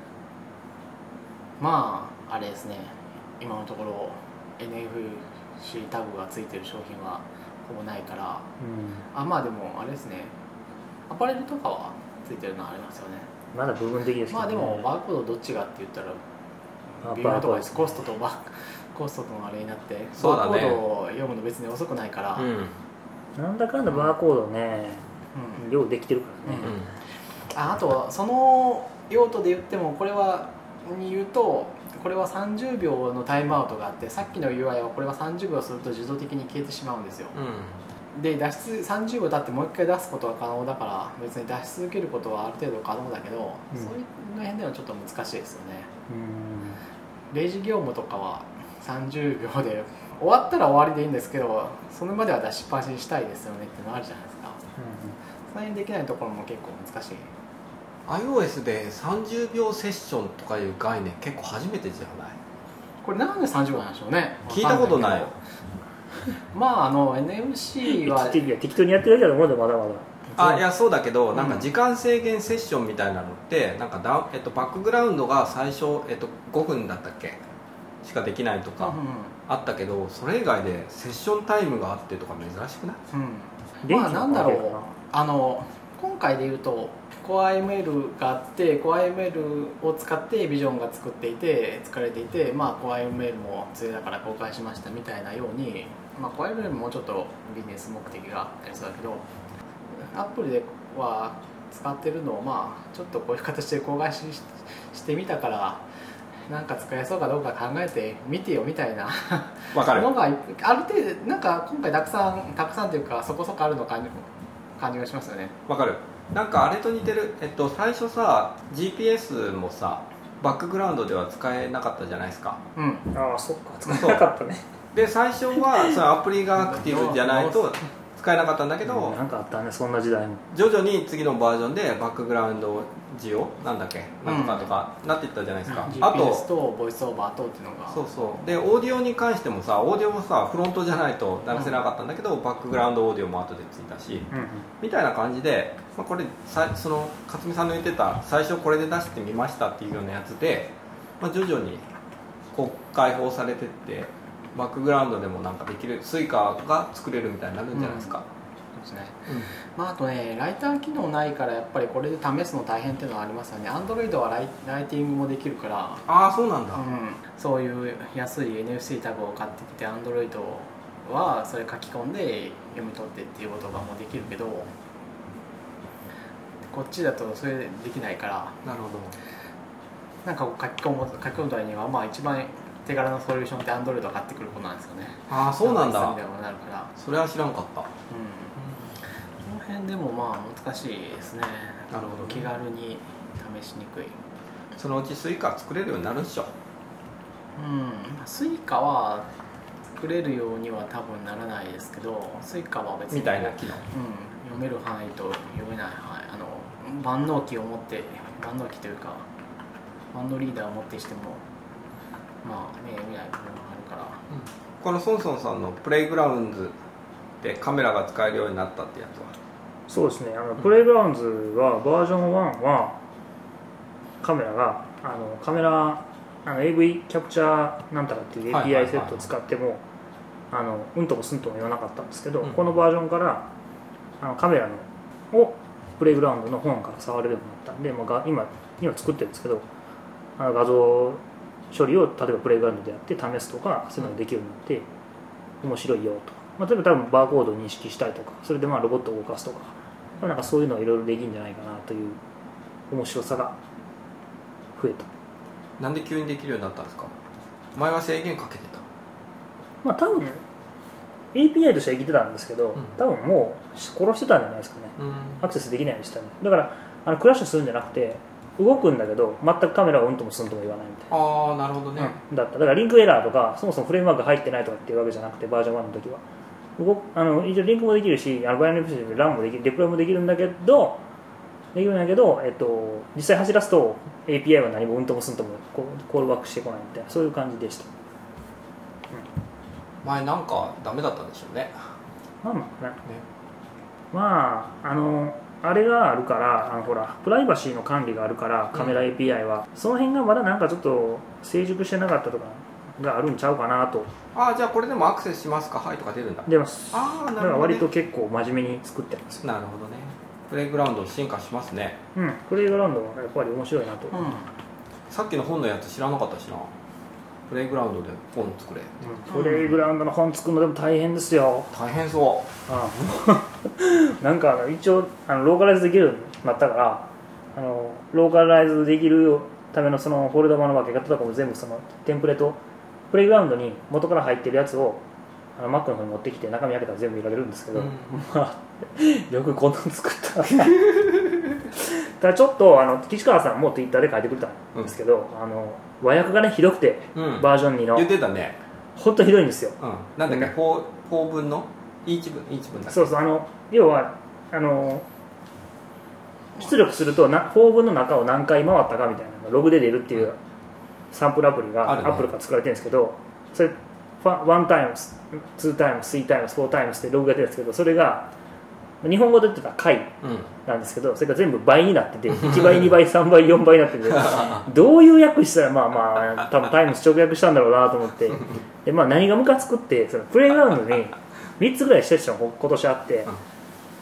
まああれですね今のところ エヌエフシー タグがついてる商品はほぼないから、うん、あまあでもあれですねアパレルとかはついてるのはありますよね。 まだ部分的ですけど、ね、 まあでもバーコードどっちがって言ったら微妙なところです。コストとバコストとのあれになってそうだね、 バーコードを読むの別に遅くないから、 うん、なんだかんだバーコードね、うん、量できてるからね、 うん、あ, あとその用途で言ってもこれはに言うとこれはさんじゅうびょうのタイムアウトがあってさっきの ユーアイ はこれはさんじゅうびょうすると自動的に消えてしまうんですよ、うん、で脱出さんじゅうびょう経ってもう一回出すことは可能だから別に出し続けることはある程度可能だけど、うん、そういう辺ではちょっと難しいですよね、うん、レジ業務とかはさんじゅうびょうで終わったら終わりでいいんですけどその場では出しっぱなしにしたいですよねっていうのあるじゃないですか、うん、その辺できないところも結構難しい。 iOS でさんじゅうびょうセッションとかいう概念結構初めてじゃない？ これなんでさんじゅうびょうなんでしょうね。 聞いたことないよまああの エヌエフシー は適当にやってるだけだと思うんだまだまだ。 あいやそうだけどなんか時間制限セッションみたいなのってなんかダ、えっと、バックグラウンドが最初、えっと、ごふんだったっけしかできないとかあったけど、それ以外でセッションタイムがあってとか珍しくない？ うんまあなんだろう、あの今回で言うと CoreML があって CoreML を使ってビジョンが作っていて作られていて、まあ CoreML もついだから公開しましたみたいなように、まあ CoreML ももうちょっとビジネス目的があったりそうだけど、アプリでは使ってるのをまあちょっとこういう形で公開 し, してみたからなんか使えそうかどうか考えてみてよみたいなのがある程度なんか今回たくさんたくさんというかそこそこあるの感じ感じがしますよね。 わかる。なんかあれと似てる、えっと、最初さ ジーピーエス もさバックグラウンドでは使えなかったじゃないですか。 うん、 ああそっか使えなかったね。 で最初はそのアプリがアクティブじゃないと使えなかったんだけど、 なんかあったねそんな時代も。 徐々に次のバージョンでバックグラウンド需要なんだっけなんとかとかなっていったじゃないですか、 うん、 あとジーピーエス とボイスオーバーとっていうのがそうそうでオーディオに関してもさオーディオもさフロントじゃないと鳴らせなかったんだけど、うん、バックグラウンドオーディオも後でついたし、うんうん、みたいな感じで、まあ、これさその勝美さんの言ってた最初これで出してみましたっていうようなやつで、まあ、徐々にこう開放されてってバックグラウンドでもなんかできるスイカが作れるみたいになるんじゃないですか、 うんですね。うん、まあ、あとねライター機能ないからやっぱりこれで試すの大変っていうのはありますよね。 Android はライ、ライティングもできるから。 ああそうなんだ、 うん、そういう安い エヌエフシー タグを買ってきて Android はそれ書き込んで読み取ってっていうことがもうできるけどこっちだとそれできないから。 なるほど。 なんか書き込む書き込むためにはまあ一番手軽なソリューションって Android を買ってくることなんですよね。 ああそうなんだ。 みたいななるから。 それは知らんかった。うん。 この辺でもまあ難しいですね。 なるほど、ね、 気軽に試しにくい。 そのうちスイカ作れるようになるっしょ。 うん。スイカは作れるようには多分ならないですけど、スイカは別にみたいな機能。 うん。読める範囲と読めない範囲、あの万能機を持って万能機というか万能リーダーを持ってしてもまあね見ない部分があるから。うん、 このソンソンさんのプレイグラウンズでカメラが使えるようになったってやつは。 そうですね、あのプレイグラウンズはバージョンワンはカメラがあのカメラあの エーブイ キャプチャーなんたらっていう エーピーアイ セットを使ってもあのうんともすんとも言わなかったんですけど、うん、このバージョンからあのカメラのをプレイグラウンドの本から触れるようになったんで、まあ、今今作ってるんですけどあの画像処理を例えばプレイグラウンドでやって試すとかそういうのができるようになって面白いよと、まあ、例えば多分バーコードを認識したりとかそれでまあロボットを動かすとかなんかそういうのがいろいろできるんじゃないかなという面白さが増えた。 なんで急にできるようになったんですか。前は制限かけてた。 まあ多分 エーピーアイ としては生きてたんですけど、うん、多分もう殺してたんじゃないですかね、うん、アクセスできないようにしたんで。だからあのクラッシュするんじゃなくて動くんだけど全くカメラがうんともすんとも言わないみたいな。 ああなるほどね、 うん、だっただからリンクエラーとかそもそもフレームワーク入ってないとかっていうわけじゃなくてバージョンワンの時は動あの一応リンクもできるしあのバイナリープロセスでランもできるデプロイもできるんだけどできるんだけど、えっと、実際走らすと エーピーアイ は何もうんともすんともコールバックしてこないみたいなそういう感じでした、 うん、前なんかダメだったんでしょうね。 なんなんかね、ねまああのあれがあるからあのほらプライバシーの管理があるからカメラ エーピーアイ は、うん、その辺がまだなんかちょっと成熟してなかったとかがあるんちゃうかなと。 ああじゃあこれでもアクセスしますかはいとか出るんだ。 出ます。 ああなるほど、ね、 だから割と結構真面目に作ってます。 なるほどね。プレイグラウンド進化しますね。 うんプレイグラウンドはやっぱり面白いなと、うん、 さっきの本のやつ知らなかったしな。プレイグラウンドで本作れ、 うん、プレイグラウンドの本作るのでも大変ですよ。 大変そう。 ああなんか一応あのローカライズできるようになったからあのローカライズできるためのそのフォルダ版の分け方とかも全部そのテンプレートプレイグラウンドに元から入ってるやつをあの Mac の方に持ってきて中身開けたら全部見られるんですけど、うん、まあよくこんなの作ったただちょっとあの岸川さんも Twitter で書いてくれたんですけど、うん、あの和訳がねひどくて、うん、バージョンにの言ってたね。 本当ひどいんですよ、 うん、なんだっけ、うん、法, 法文のイーチ文イーチ文だっけ。 そうそうあの要はあの出力するとな法文の中を何回回ったかみたいなログで出るっていうサンプルアプリがアップルから作られてるんですけど、それワンタイムス、ツータイムス、スリータイムス、フォータイムスってログが出るんですけど、それが日本語で言ってた回なんですけど、それが全部倍になってていちばいにばいさんばいよんばいになっててどういう訳したらまあまあ多分タイムス直訳したんだろうなと思ってで、まあ、何がムカつくってそのプレイグラウンドにみっつぐらいセッション今年あって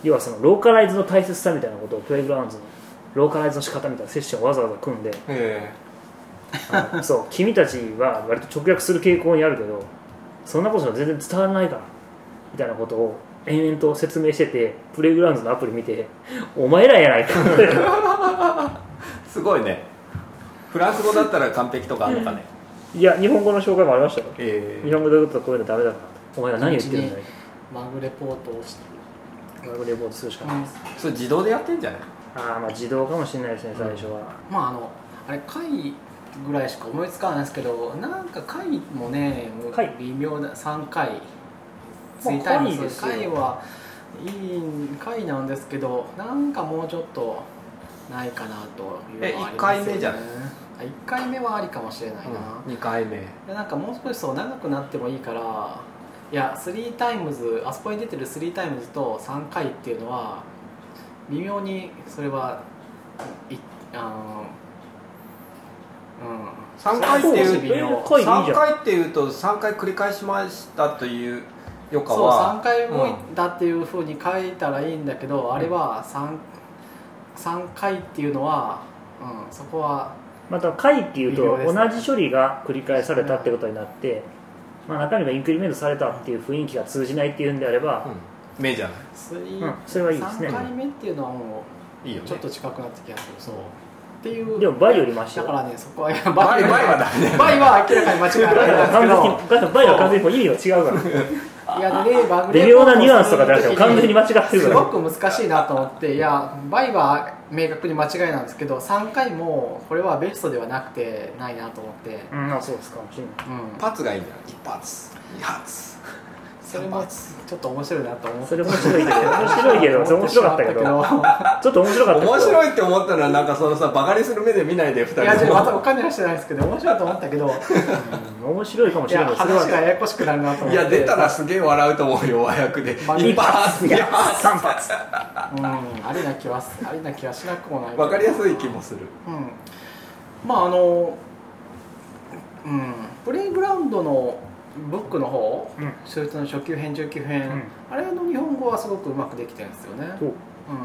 要はそのローカライズの大切さみたいなことをプレイグラウンドのローカライズの仕方みたいなセッションをわざわざ組んで、 えあのそう君たちは割と直訳する傾向にあるけどそんなことは全然伝わらないからみたいなことを延々と説明してて、プレイグラウンドのアプリ見てお前らやないかすごいね。フランス語だったら完璧とかあるのかね。 いや日本語の紹介もありましたよ、 えー、 日本語で言うとこういうのダメだからお前ら何言ってるんだよマグレポートをしてマグレポートするしかないです、 それ自動でやってんじゃない？ ああまあ自動かもしれないですね最初は、 まああのあれ回ぐらいしか思いつかないですけど、なんか回もね回微妙なさんかいついまあたり回ですよ回はいい回なんですけど、なんかもうちょっとないかなというのはありますよね。 えいっかいめじゃない？ いっかいめはありかもしれないな、 うん、にかいめでなんかもう少しそう長くなってもいいから、いやスリータイムズあそこに出てるスリータイムズとさんかいっていうのは微妙にそれはいあのうんさんかいっていう微妙回いいじゃんさんかいっていうとさんかい繰り返しましたというよかそうはさんかい動いたっていうふうに書いたらいいんだけど、うん、あれは 3, さんかいっていうのは、うん、そこはまた回っていうと同じ処理が繰り返されたってことになって、まあ、中身がインクリメントされたっていう雰囲気が通じないっていうんであれば、 うん、目じゃない、 うん、それはいいですね。 さんかいめっていうのはもういいよね、 ちょっと近くなってきやする。そうっていうでも倍よりマシだからね、そこは倍倍はダメだよ。 倍は明らかに間違いないんですけど倍は完全に意味が違うからいやでね、バグ微妙なニュアンスとかじゃなくて完全に間違ってるからすごく難しいなと思って、いや倍は明確に間違いなんですけどさんかいもこれはベストではなくてないなと思って、 うん、あそうですかもしれない、 うん、 一発がいいんじゃない？一発二発それもちょっと面白いなと思って、 それ面白いけど面白いけど面白かったけどちょっと面白かったけど面白いって思ったらなんかそのさバカにする目で見ないでふたりいやまたお金はしてないですけど面白いと思ったけど、 うん、面白いかもしれない。 いや話がややこしくなるなと思って、 いや出たらすげえ笑うと思うよ和訳で一発二発三発うんありな気はありな気はしなくもない。 分かりやすい気もする。 うんまああのうんプレイグラウンドのブックの方、うん、そいつの初級編中級編、うん、あれの日本語はすごくうまくできてるんですよね。 そう、うん、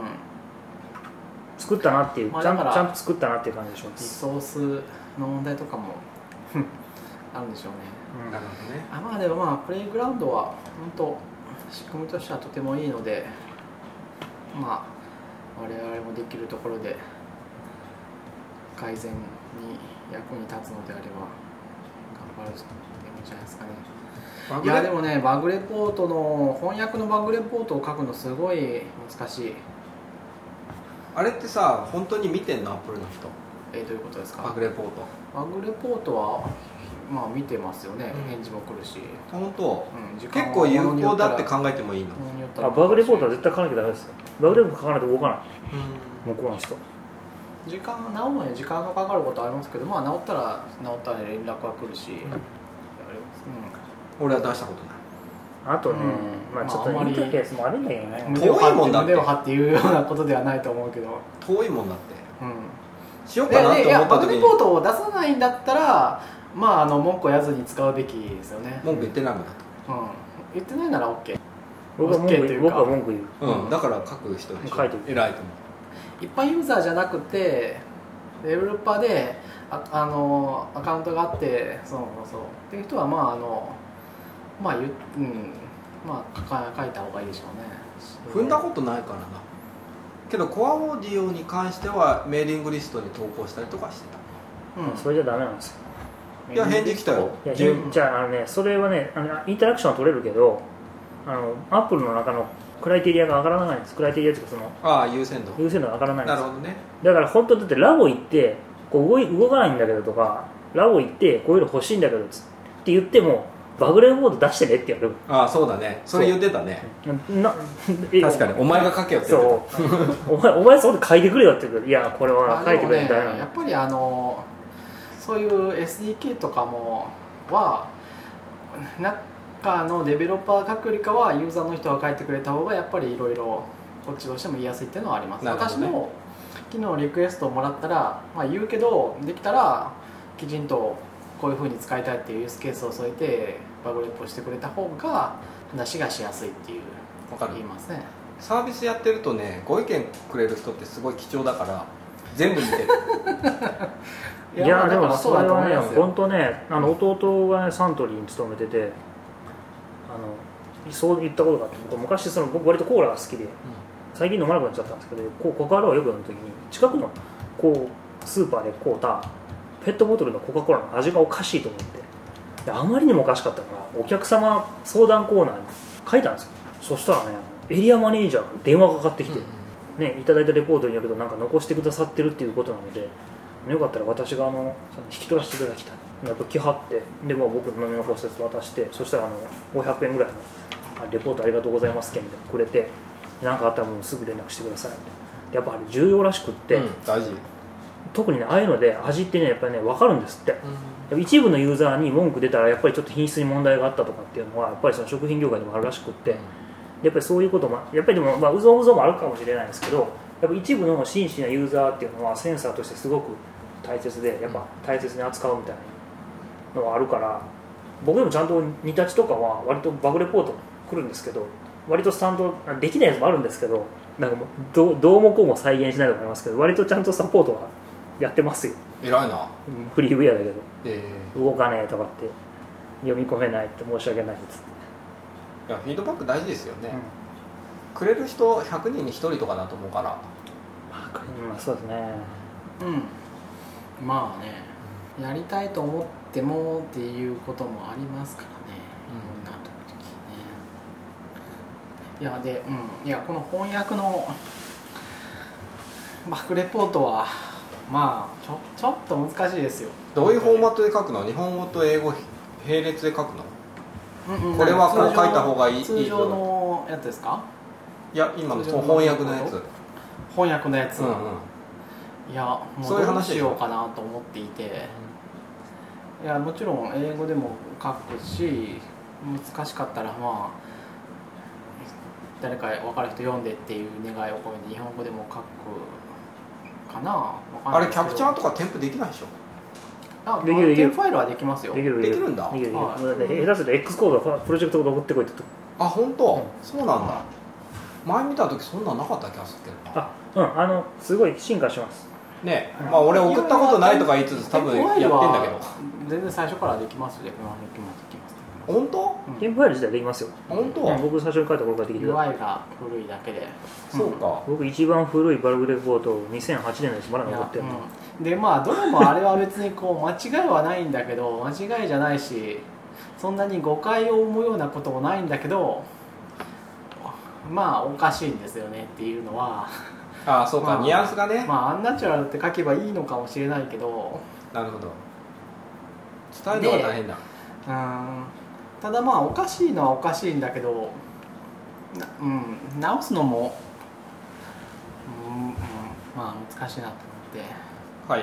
作ったなっていう、まあ、ちゃんちゃんと作ったなっていう感じでしょう。 ソースの問題とかもあるんでしょうね。 うん、なるほどね。 あまあでもまあプレイグラウンドは本当仕組みとしてはとてもいいので、まあ我々もできるところで改善に役に立つのであれば頑張るじゃないですかね。いやでもねバグレポートの翻訳のバグレポートを書くのすごい難しい。 あれってさ本当に見てんのアップルの人？ えー、どういうことですか？ バグレポートバグレポートはまあ見てますよね、うん、返事も来るし本当、 うん、 結構有効だって考えてもいいの？ あバグレポートは絶対書かなきゃダメですよ。バグレポート書かないと動かない、うん、向こうの人時間治るのに時間がかかることありますけど、まあ治ったら治ったら連絡が来るし、うんうん、俺は出したことない。 あとね、うん、まあちょっとインターフェースもあるんだけどね、 遠いもんだって胸を張っていうようなことではないと思うけど遠いもんだって、うん、しようかなと思った時に、いやバグレポートを出さないんだったらまああの文句を言わずに使うべきですよね。 文句言ってないもんだと、 うん、言ってないなら OK。 僕は文句言う、僕は文句言う、 うん、だから書く人でしょ。書いてる偉いと思う。 一般ユーザーじゃなくてデベロッパーで あ, あのアカウントがあってそうそうっていう人はまああのまあ言うんまあ書か書いた方がいいでしょうね。 踏んだことないからな。けどコアオーディオに関してはメーリングリストに投稿したりとかしてた。 うん、それじゃダメなんですよ。 いや返事来たよ。 いやじゃああのねそれはねあのインタラクションは取れるけどあのアップルの中のクライテリアが上がらないんです。クライテリアというかそのああ優先度優先度が上がらないんです。 なるほどね。 だから本当だってラボ行ってこう動い動かないんだけどとかラボ行ってこういうの欲しいんだけどって言ってもバグレモード出してねってやる。 ああそうだね。それ言ってたね。 な確かにお前が書けよって言ってた。 そうお前お前そこで書いてくれよって言うけどいやこれは書いてくれみたいな、 ね、やっぱりあのそういう エスディーケー とかもは中のデベロッパー書くよりかはユーザーの人が書いてくれた方がやっぱりいろいろこっちとしても言いやすいっていうのはあります、ね、私も昨日リクエストをもらったら、まあ、言うけどできたらきちんとこういうふうに使いたいっていうユースケースを添えてバグレポしてくれた方が話がしやすいっていう言いますね。 サービスやってるとねご意見くれる人ってすごい貴重だから全部見てるいやでもそれはねそうだと思いますよ本当ねあの弟がねサントリーに勤めててあのそう言ったことがあって僕昔その僕割とコーラが好きで、うん、最近飲まなくなっちゃったんですけどこうコカ・コーラをよく飲む時に近くのこうスーパーで買うたペットボトルのコカ・コーラの味がおかしいと思ってであまりにもおかしかったからお客様相談コーナーに書いたんですよ。そしたらねエリアマネージャーから電話がかかってきて、うんね、いただいたレポートによるとなんか残してくださってるっていうことなのでよかったら私があの引き取らせていただきたいやっぱ来はってで、まあ、僕の飲みの骨折渡してそしたらあのごひゃくえんぐらいのレポートありがとうございますけみたいなくれて何かあったらもうすぐ連絡してくださいってやっぱあれ重要らしくって、うん、 大事特にねああいうので味ってねやっぱりね分かるんですって、うん、一部のユーザーに文句出たらやっぱりちょっと品質に問題があったとかっていうのはやっぱりその食品業界でもあるらしくって、うんやっぱりそういうこともやっぱりでもまあうぞうぞもあるかもしれないですけどやっぱ一部の真摯なユーザーっていうのはセンサーとしてすごく大切でやっぱ大切に扱うみたいなのはあるから僕でもちゃんとニタチとかは割とバグレポート来るんですけど割とスタンドできないやつもあるんですけどなんかもう ど, どうもこうも再現しないと思いますけど割とちゃんとサポートはやってますよ。 偉いな。 フリーウェアだけど、 えー、動かねえとかって読み込めないって申し訳ないですいやフィードバック大事ですよね、 うん、 くれる人ひゃくにんにひとりとかだと思うから、 まあ、そうですねうんまあねやりたいと思ってもっていうこともありますからね、うん、な時々ねいやで、うん、いやこの翻訳のバックレポートはまあちょ、ちょっと難しいですよ。 どういうフォーマットで書くの？日本語と英語並列で書くの？ うんうん、 これはこう書いた方がいい。 通常のやつですか？ いや今の翻訳のやつ翻訳のやつ、うんうん、いやもうどうしようかなと思っていて、いやもちろん英語でも書くし難しかったらまあ誰か分かる人読んでっていう願いを込めて日本語でも書くかな。 あれキャプチャーとか添付できないでしょ？ あできるできる。ファイルはできますよ。 できるできるんだ。 できるできる。はい、下手すると X コードプロジェクトで送ってこいってと。 あ本当、うん、そうなんだ。前見た時そんななかった気がするけどな。あうんあのすごい進化します。 ね、うん、まあ俺送ったことないとか言いつつ多分やってんだけど。 全然最初からできますできますできますできます。 本当？ テンプファイル自体できますよ。 本当？ うん、僕最初に書いた頃からできる。 ユーアイ が古いだけで。 そうか。 僕一番古いバルグレポートにせんはちねんのやつまだ残ってるの。 うん、でまあどれもあれは別にこう間違いはないんだけど間違いじゃないしそんなに誤解を生むようなこともないんだけどまあおかしいんですよねっていうのは。 ああそうか、まあ、ニュアンスがね。 まあアンナチュラルって書けばいいのかもしれないけど。 なるほど。伝えるのが大変だ。 うんただまあおかしいのはおかしいんだけど、うん、直すのも、うんうん、まあ難しいなと思って。 はい、うん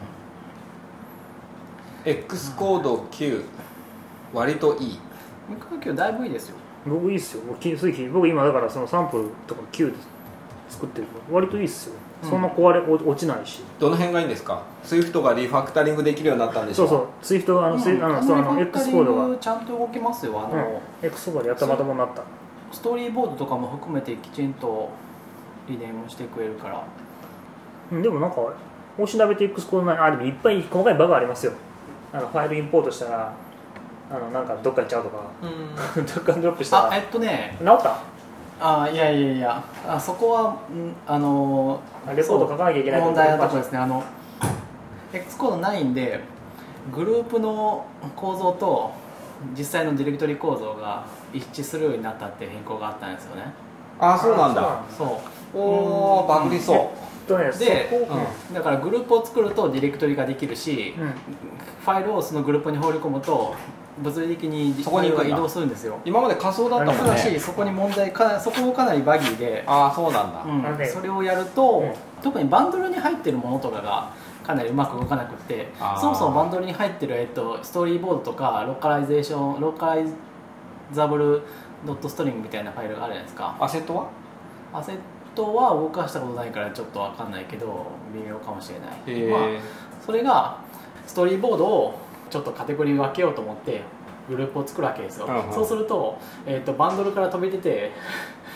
、X コードきゅう、うん、割といい。 X コードきゅうだいぶいいですよ。 僕いいっすよ。僕今だからそのサンプルとかきゅうで作ってるの割といいっすよ。そんな壊れ落ちないし。 どの辺がいいんですか？スイフトがリファクタリングできるようになったんでしょう。 そうそう。スイフトあの、うん、あのそうあの X コードがちゃんと動きますよ。あの、 うん、X コードでやったまともになった。 ストーリーボードとかも含めてきちんとリネームしてくれるから。 うん、でもなんかおしなべて X コードないあでもいっぱい細かいバグありますよ。なんかファイルインポートしたらあのなんかどっか行っちゃうとか、うん、ドッグアンドロップしたらあえっとね直った。 あいやいやいやあそこはんあのレポート書かなきゃいけない問題なところですね。あの X コードないんでグループの構造と実際のディレクトリ構造が一致するようになったっていう変更があったんですよね。 あそうなんだ。 そうおおバグりそう、うんで、うん、だからグループを作るとディレクトリができるし、うん、ファイルをそのグループに放り込むと物理的にファイルが移動するんですよ。 今まで仮想だったもんね。 ただしそこに問題かそこもかなりバギーで、 ああそうなんだ、 うん、それをやると、うん、特にバンドルに入ってるものとかがかなりうまく動かなくて、そもそもバンドルに入ってる、えっと、ストーリーボードとかローカライゼーションローカライザブルドットストリングみたいなファイルがあるじゃないですか。 アセットはアセットは動かしたことないからちょっと分かんないけど微妙かもしれない。まあ、それがストーリーボードをちょっとカテゴリー分けようと思ってグループを作るわけですよ、うんうん、そうすると、えーと、バンドルから飛び出て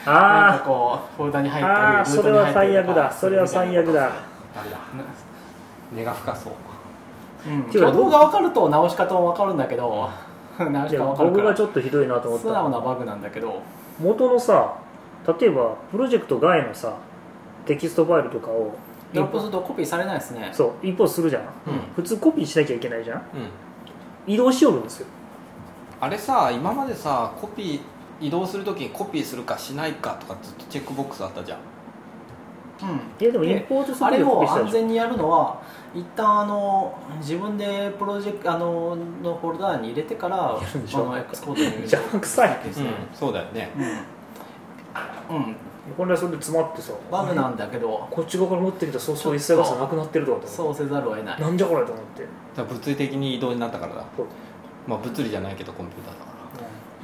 なんかこうフォルダに入ったりああそれは最悪だそれは最悪だダメだ根が深そう、 うん、挙動が分かると直し方も分かるんだけど直し方分かるから僕がちょっとひどいなと思った素直なバグなんだけど元のさ例えばプロジェクト外のさテキストファイルとかをドロップするとコピーされないですね。 そうインポートするじゃん、うん、普通コピーしなきゃいけないじゃん、うん、移動しよるんですよ。 あれさ今までさコピー移動するときにコピーするかしないかとかずっとチェックボックスあったじゃん。 うん、 いやでもインポートするあれを安全にやるのは一旦あの自分でプロジェクトあののフォルダーに入れてからあのエクスポートに入れる邪魔くさいですね、うん、そうだよね、 うん、うん、 これはそれで詰まってさバグなんだけどこっち側から持ってきたそうそう一切がさなくなってるとかとそうせざるを得ない。 なんじゃこれと思って。 だから物理的に移動になったからだ。まあ物理じゃないけどコンピューターだから、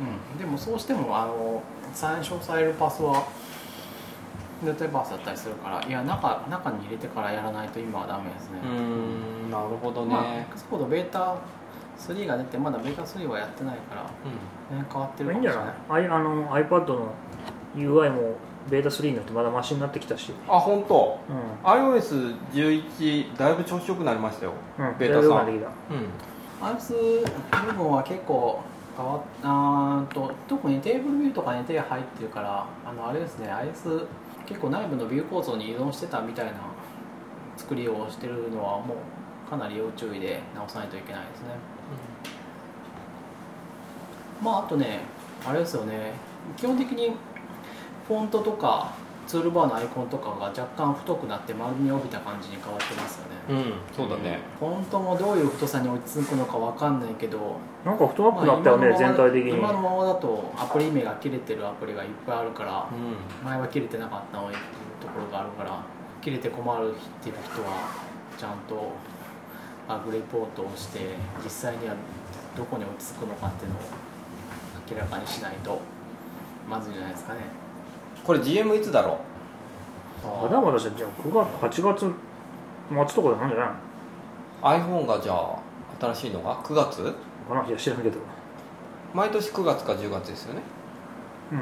うん、でもそうしてもあの最初されるパスはデータパスだったりするからいや 中, 中に入れてからやらないと今はダメですね。 うーんなるほどね、 まあ、エクスコードベータスリーが出てまだベータスリーはやってないから、うんね、変わってるかもしれない。 いいんじゃない？あの iPad の ユーアイ もベータスリーになってまだマシになってきたし。 あ本当。 うん、 アイオーエスじゅういち だいぶ調子よくなりましたよ、 うん、 ベータさん。 できた。 うん、アイエス 部分は結構変わっあーと特にテーブルビューとかに手が入ってるからあのあれですね アイエス 結構内部のビュー構造に依存してたみたいな作りをしてるのはもうかなり要注意で直さないといけないですね。うん、まああとねあれですよね基本的にフォントとかツールバーのアイコンとかが若干太くなって丸みを帯びた感じに変わってますよね。 うん、そうだね。 フォントもどういう太さに落ち着くのかわかんないけどなんか太くなったよね、まあ、全体的に。 今のままだとアプリ名が切れてるアプリがいっぱいあるから、うん、前は切れてなかったのにっていうところがあるから切れて困るっていう人はちゃんとバグレポートをして実際にはどこに落ち着くのかっていうのを明らかにしないとまずいんじゃないですかね。 これ ジーエム いつだろう。まだまだじゃあくがつはちがつ末とかでなんじゃないの？ iPhone がじゃあ新しいのがくがつかな。いや知らんけど毎年くがつかじゅうがつですよね。 うん、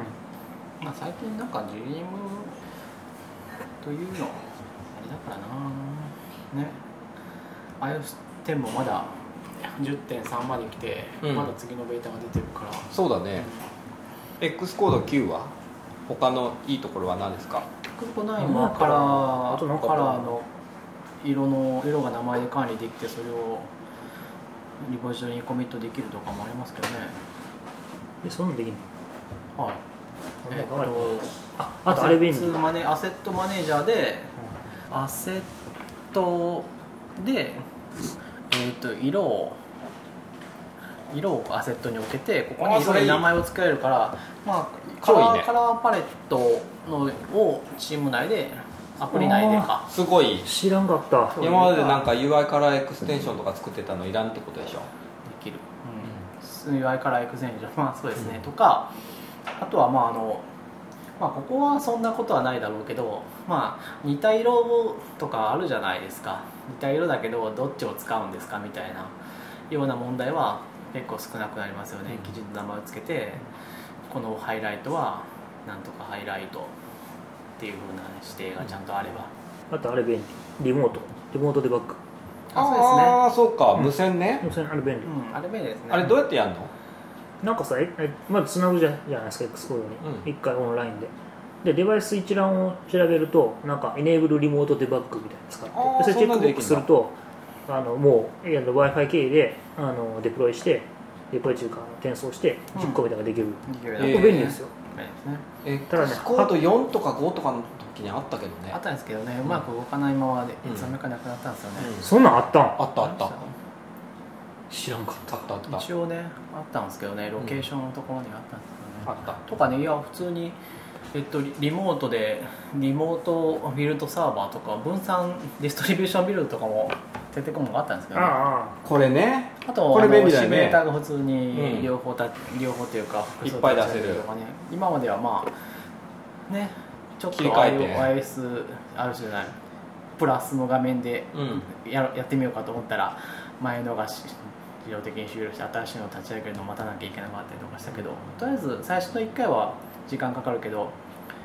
まあ、最近なんか ジーエム というのあれだからなね アイオーエステン もまだ じゅってんさん まで来て、うん、まだ次のベータが出てるから。 そうだね、うん、X コードきゅうは他のいいところは何ですか？ X コードきゅうはカラー、あとカラーの色の色が名前で管理できてそれをリポジトリにコミットできるとかもありますけどね。 え、そんなのできるの？はい。 えっとあ、あとあれ便利。 アセットマネージャーで、うん、アセットで、えっと色を色をアセットに置けてここに色に名前を付けられるから、まあカラー、ね、カラーパレットのをチーム内でアプリ内でか。 すごい知らんかった。 今までなんか ユーアイ カラーエクステンションとか作ってたのいらんってことでしょ。できる、うん、ユーアイ カラーエクステンションまあそうですね、うん、とかあとはまああのまあここはそんなことはないだろうけどまあ似た色とかあるじゃないですか。似た色だけどどっちを使うんですかみたいなような問題は結構少なくなりますよね、うん、きちんと名前をつけてこのハイライトはなんとかハイライトっていう風な指定がちゃんとあれば、 うん、あとあれ便利リモートリモートデバッグ。 あそうですね。ああそうか、うん、無線ね。 無線あれ便利、 うん、あれ便利ですね。 あれどうやってやるの？ なんかさえまずつなぐじゃないですか X コードに、うん、いっかいオンラインででデバイス一覧を調べるとなんかエネーブルリモートデバッグみたいなの使ってそれチェックボックスするとあのもう Wi-Fi 経由であのデプロイしてデプロイ中間転送して実行みたいなのができる、うん、便利ですよ。 えー、ただねコードよんとかごとかの時にあったけどね。 あったんですけどね、うまく動かないままでいつの間にかなくなったんですよね、 うん、そんなんあったん？ あったあった。 知らんかった。 あったあった。 一応ねあったんですけどねロケーションのところにあったんですけどね、 うん、あったとかねいや普通にえっと、リモートでリモートビルドサーバーとか分散ディストリビューションビルドとかも出てくるのがあったんですけどね。 ああこれね。 あとこれ便利だよね。 シミュレーターが普通に両方た、うん、両方というかいっぱい出せるとかね。今まではまあねちょっと アイオーエス あるじゃないプラスの画面でや、うん、やってみようかと思ったら前のが自動的に終了して新しいのを立ち上げるのを待たなきゃいけなかったりとかしたけどとりあえず最初のいっかいは時間かかるけど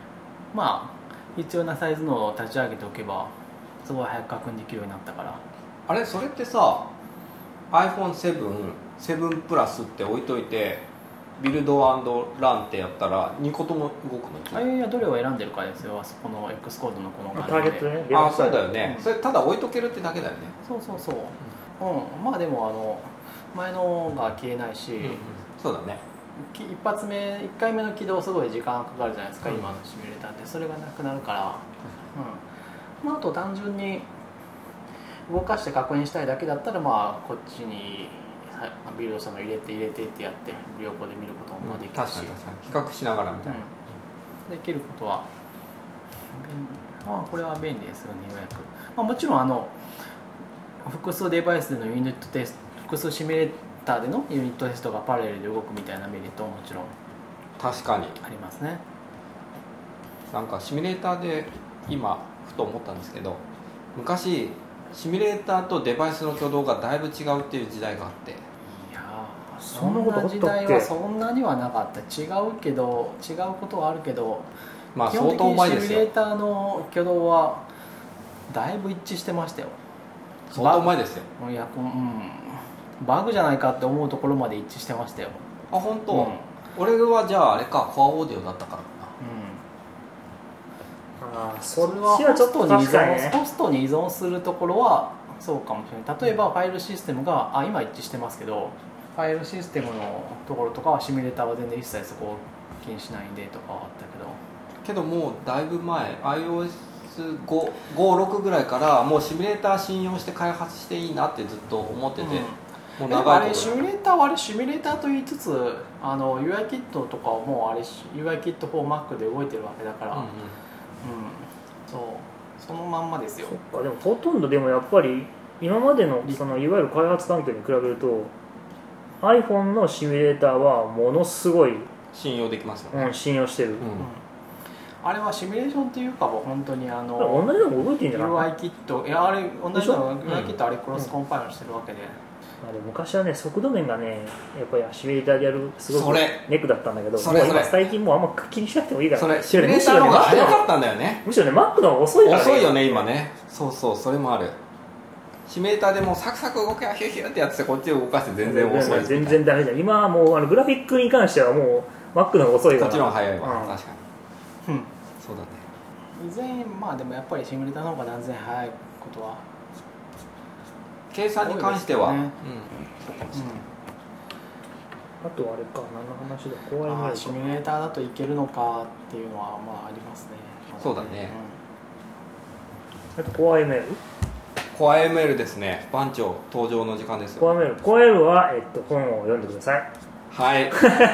まあ必要なサイズのを立ち上げておけばすごい早く確認できるようになったから。 あれそれってさ アイフォンセブン、セブンプラスって置いといてビルド&ランってやったらにことも動くの？ あいやどれを選んでるかですよ。あそこの X コードのこのタ感じでーゲットね。 あそうだよね、 うんそれただ置いとけるってだけだよね。 そうそうそう、うん、まあでもあの前のが消えないし、 うんうん、そうだね。 き一発目いっかいめの起動すごい時間かかるじゃないですか、 うん、 今のシミュレーターってそれがなくなるから、うんまあ、あと単純に動かして確認したいだけだったらまあこっちにはいビルドさんが入れて入れてってやって両方で見ることもできるし、 確かに確かに比較しながらみたいな、 うん、できることはあこれは便利ですよねようやく、まあ、もちろんあの複数デバイスでのユニットテスト複数シミュレーターでのユニットテストがパラレルで動くみたいなメリットももちろん確かにありますね。 なんかシミュレーターで今ふと思ったんですけど、昔シミュレーターとデバイスの挙動がだいぶ違うっていう時代があって。 いやそんな時代はそんなにはなかった。違うけど違うことはあるけど、 まあ基本的に相当前ですよ。 シミュレーターの挙動はだいぶ一致してましたよ。 相当前ですよ。 いや、うん、バグじゃないかって思うところまで一致してましたよ。 あ本当、 うん、 俺はじゃああれかコアオーディオだったからかうん、 ああそれはホストに依存、ホストに依存するところはそうかもしれない。例えばファイルシステムがあ今一致してますけど、ファイルシステムのところとかはシミュレーターは全然一切そこを気にしないんでとかはあったけどけどもうだいぶ前 アイオーエスご、ご、ろくぐらいからもうシミュレーター信用して開発していいなってずっと思ってて、 うん、 もう長いことあれシミュレーターはあれシミュレーターと言いつつあの ユーアイ キットとかはもうあれ ユーアイ キット フォー Mac で動いてるわけだから、うん、うん、そうそのまんまですよ。 そっかでもほとんどでもやっぱり今までのそのいわゆる開発環境に比べると iPhone のシミュレーターはものすごい信用できますよね、 うん、信用してる、うん、 あれはシミュレーションっていうかもう本当にあの同じのも動いてんじゃないユーアイ キットいやあれ同じの ユーアイ キットあれクロスコンパイルしてるわけで、 あれ昔はね速度面がねやっぱりシミュレーターでやるすごくそれネックだったんだけどそれそれ今最近もうあんま気にしなくてもいいからそれシミュレーターの方が早かったんだよね。 むしろね Mac の方が遅いからね遅いよね今ね。そうそうそれもある。シミュレーターでもうサクサク動けばヒューヒューってやってこっちを動かして全然遅い。 全然ダメだ。今はもうあのグラフィックに関してはもう Mac の方が遅いからこっちの方が早いわ、 うん、 確かに、うん、そうだね。 以前まあでもやっぱりシミュレーターの方が断然早いことは計算に関しては、 ね、 うん、そうかもしれない、 うん、あとあれか何の話だ怖いねシミュレーターだといけるのかっていうのはまあありますね。 そうだね、 うん、あとコア エムエルコア エムエル ですね。番長登場の時間ですよ。 コア エムエル コア エムエル は、えっと、本を読んでください。 はい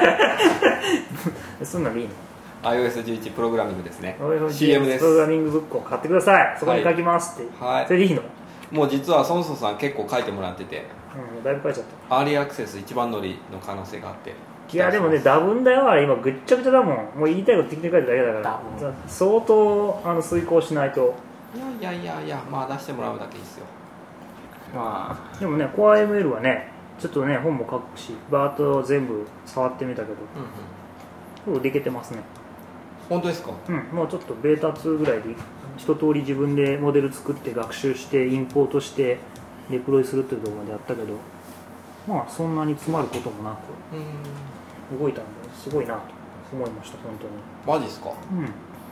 そんなんでいいの？ アイオーエスじゅういち プログラミングですね。 iOS シーエム です。 プログラミングブックを買ってください。そこに書きますって、はい、それでいいの？ もう実はソンソさん結構書いてもらってて、 うん、だいぶ書いちゃった。 アーリーアクセス一番乗りの可能性があって。 いやでもね多分だよあれ今ぐっちゃぐちゃだもん。もう言いたいこと適当に書いてるだけだから相当あの遂行しないと。 いやいやいやいやまあ出してもらうだけいいですよ。 まあでもねコア エムエル はねちょっとね本も書くしバーッと全部触ってみたけど、うんうん、できてますね。 本当ですか？ うんもうちょっとベータツーぐらいで一通り自分でモデル作って学習してインポートしてデプロイするっていう動画でやったけどまあそんなに詰まることもなく動いたんですごいなと思いました本当に。 マジですか？ うん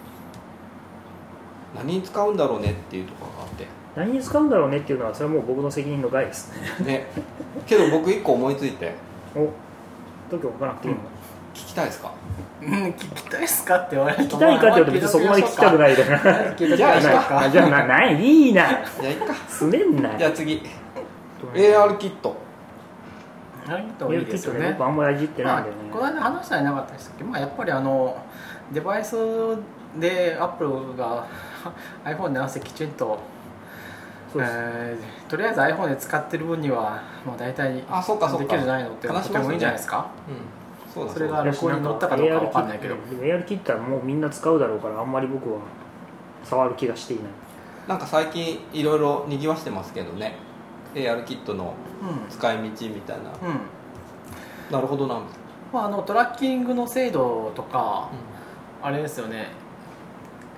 何に使うんだろうねっていうところがあって何に使うんだろうねっていうのはそれはもう僕の責任の害ですねねけど僕一個思いついてお時を置かなくていいの、うん、 聞きたいですか？ うん聞きたいですかって言われると聞きたいかって言うと別にそこまで聞きたくないでじゃあじゃあないいいなじゃあいいかすねんなじゃあ次 エーアール キットエーアール キットいいですよね。 僕あんまりいじってないんでね、 まあ、この間話したりなかったでしたっけ、まあ、やっぱりあのデバイスでアップルがiPhone に合わせてきちんと、えー、とりあえず iPhone で使ってる分にはもう大体できるじゃないのってとてもいいんじゃないですか。 うん、そうだそれがレコードに乗ったかどうかは分かんないけどエーアール キットはもうみんな使うだろうからあんまり僕は触る気がしていない。 なんか最近いろいろにぎわしてますけどね エーアール キットの使い道みたいな、うんうん、なるほどな、 まあ、あのトラッキングの精度とか、うん、あれですよね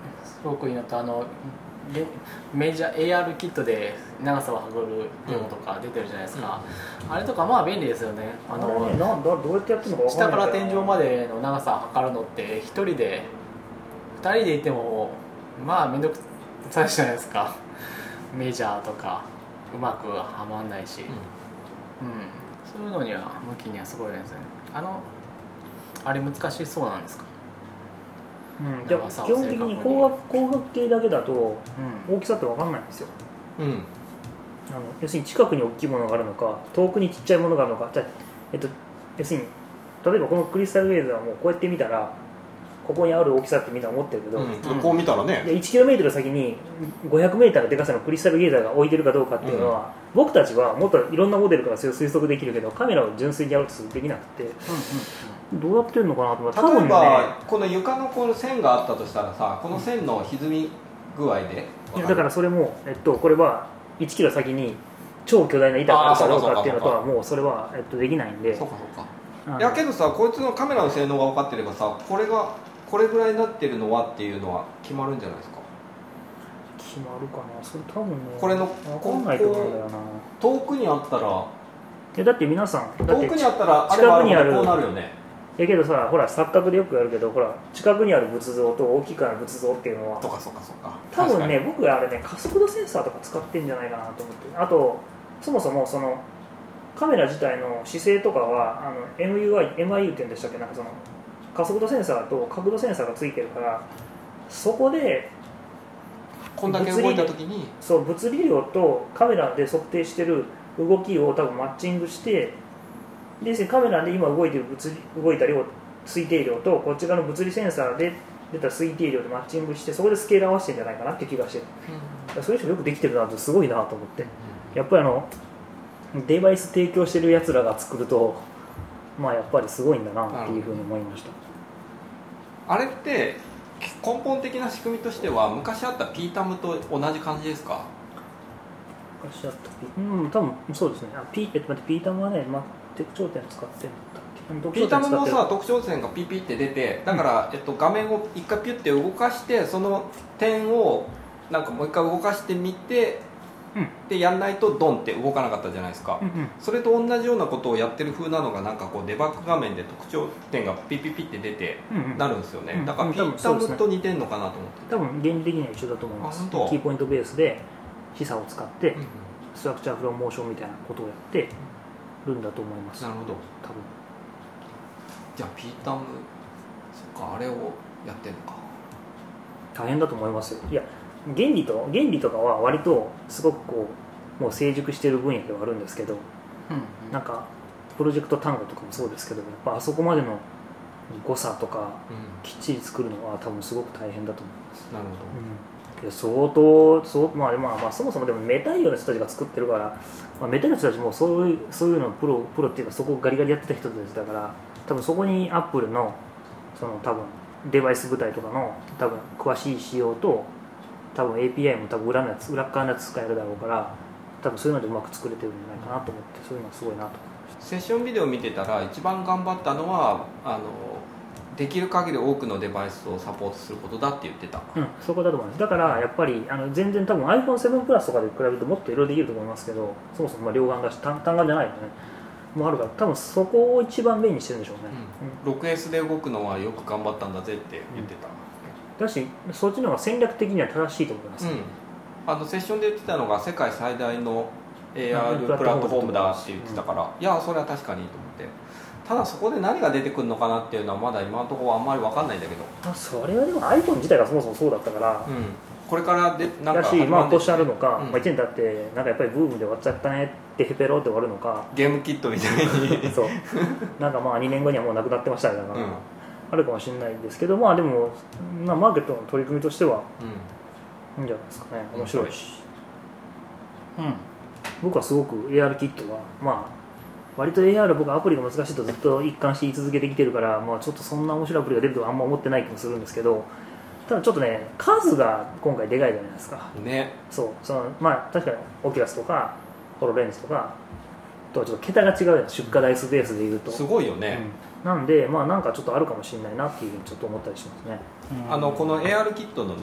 すごくいいのと、あのメジャー エーアール キットで長さを測るデモとか出てるじゃないですか、うん、あれとかまあ便利ですよね。あのあれね、なんどうやってやってるのか分かんない。 下から天井までの長さを測るのってひとりでふたりでいてもまあ面倒くさいじゃないですか。メジャーとかうまくはまんないし、うん、うん、そういうのには向きにはすごいですね。あのあれ難しそうなんですか。 うん、じゃあ基本的に光学光学系だけだと大きさって分かんないんですよ、うん、あの要するに近くに大きいものがあるのか遠くにちっちゃいものがあるのか、じゃあ、えっと、要するに例えばこのクリスタルレーザーもこうやって見たらここにある大きさってみんな思ってるけど、うん、 こう見たらねいちキロメートル 先に ごひゃくメートル のでかさのクリスタルレーザーが置いてるかどうかっていうのは、うん、僕たちはもっといろんなモデルからそれを推測できるけどカメラを純粋にやろうとするとできなくて、うんうん、どうやってるのかなと思って、多分ね、 例えばこの床のこの線があったとしたらさ、この線の歪み具合で、 いやだからそれも、えっと、これはいちキロ先に超巨大な板があるかどうかっていうのとはもうそれは、えっと、できないんで。 そうかそうか。いやけどさ、こいつのカメラの性能が分かってればさ、これがこれぐらいになってるのはっていうのは決まるんじゃないですか。 決まるかな、それ多分ね、 これの分かんないと思うんだよな。 遠くにあったら、 いやだって皆さんだって遠くにあったらあれはあれこうなるよね。 やけどさ、ほら錯覚でよくやるけど、ほら近くにある仏像と大きくある仏像っていうのは、 そうかそうかそうか、 多分ね、僕あれね加速度センサーとか使ってんじゃないかなと思って。あとそもそもそのカメラ自体の姿勢とかはあの エムユーアイ、エムアイユー って言うんでしたっけ、なんかその加速度センサーと角度センサーがついてるから、そこでこんだけ動いた時にそう物理量とカメラで測定してる動きを多分マッチングして、でカメラで今動いてる物理動いた量推定量とこっち側の物理センサーで出た推定量でマッチングして、そこでスケール合わせてるんじゃないかなっていう気がしてる、うん、それ以上よくできてるなとすごいなと思って、うん、やっぱりあのデバイス提供してるやつらが作ると、まあやっぱりすごいんだなっていうふうに思いました。 あれって根本的な仕組みとしては昔あった ピータム と同じ感じですか？ 昔あった P、うん、多分そうですね。あ、P、えっと待って、ピータムはね、まあ、特徴点使ってるんだっけ？ ピータムのさ特徴点がピピって出て、だから、うん、えっと、画面を一回ピュッて動かして、その点をなんかもう一回動かしてみて、うん、でやんないとドンって動かなかったじゃないですか、うんうん、それと同じようなことをやってる風なのがなんかこうデバッグ画面で特徴点がピピピって出てなるんですよね、うんうん、だからピータムと似てるのかなと思って、 多分原理的には一緒だと思います。キーポイントベースで示唆を使って、うんうん、ストラクチャーフローモーションみたいなことをやってるんだと思います。 なるほど。 多分じゃあピータム、そっか、あれをやってるのか。 大変だと思いますよ。いや原理と原理とかは割とすごくこうもう成熟している分野ではあるんですけど、うんうん、なんかプロジェクト単語とかもそうですけど、やっぱあそこまでの誤差とかきっちり作るのは多分すごく大変だと思います。 なるほど、うん、いや相当そう、まあまあまあ、そもそもでもメタイオの人たちが作ってるから、まあ、メタイオの人たちもそういうそういうのプロプロっていうかそこをガリガリやってた人たちだから、多分そこにアップルのその多分デバイス部隊とかの多分詳しい仕様と多分 エーピーアイ も多分裏のやつ裏側のやつ使えるだろうから、多分そういうのでうまく作れてるんじゃないかなと思って、そういうのはすごいなと思いました。 セッションビデオ見てたら一番頑張ったのはあのできる限り多くのデバイスをサポートすることだって言ってた。 うん、そこだと思います。だからやっぱりあの全然多分 アイフォンセブン プラスとかで比べるともっといろいろできると思いますけど、そもそもまあ両眼だし単眼じゃないのねもあるから、多分そこを一番メインにしてるんでしょうね、 うん、ろくエス で動くのはよく頑張ったんだぜって言ってた、 うん、だしそっちの方が戦略的には正しいと思います、 うん、あのセッションで言ってたのが世界最大の エーアール プラットフォームだって言ってたから、うん、いやそれは確かにいいと思って、ただそこで何が出てくるのかなっていうのはまだ今のところあんまり分かんないんだけど、 あそれはでも iPhone 自体がそもそもそうだったから、 うん、これからでなんかだし、まあこうしてあるのか、うんまあ、いちねん経ってなんかやっぱりブームで終わっちゃったねってヘペロって終わるのか、 ゲームキットみたいにそうなんかまあにねんごにはもうなくなってましたみたいな、うん、あるかもしれないんですけど、まあでも、まあ、マーケットの取り組みとしては、うん、いいんじゃないですかね。面白いし、うん、僕はすごく エーアール キットはまあ割と エーアール 僕はアプリが難しいとずっと一貫して言い続けてきてるから、まあ、ちょっとそんな面白いアプリが出るとはあんま思ってない気もするんですけど、ただちょっとね数が今回でかいじゃないですかね。 そうそのまあ確かにオキュラスとかホロレンズとかとはちょっと桁が違うよ、出荷台数ベースでいうとすごいよね、 うん、なんでまあなんかちょっとあるかもしれないなっていうふうにちょっと思ったりしますね、 うん、あのこの エーアール キットのね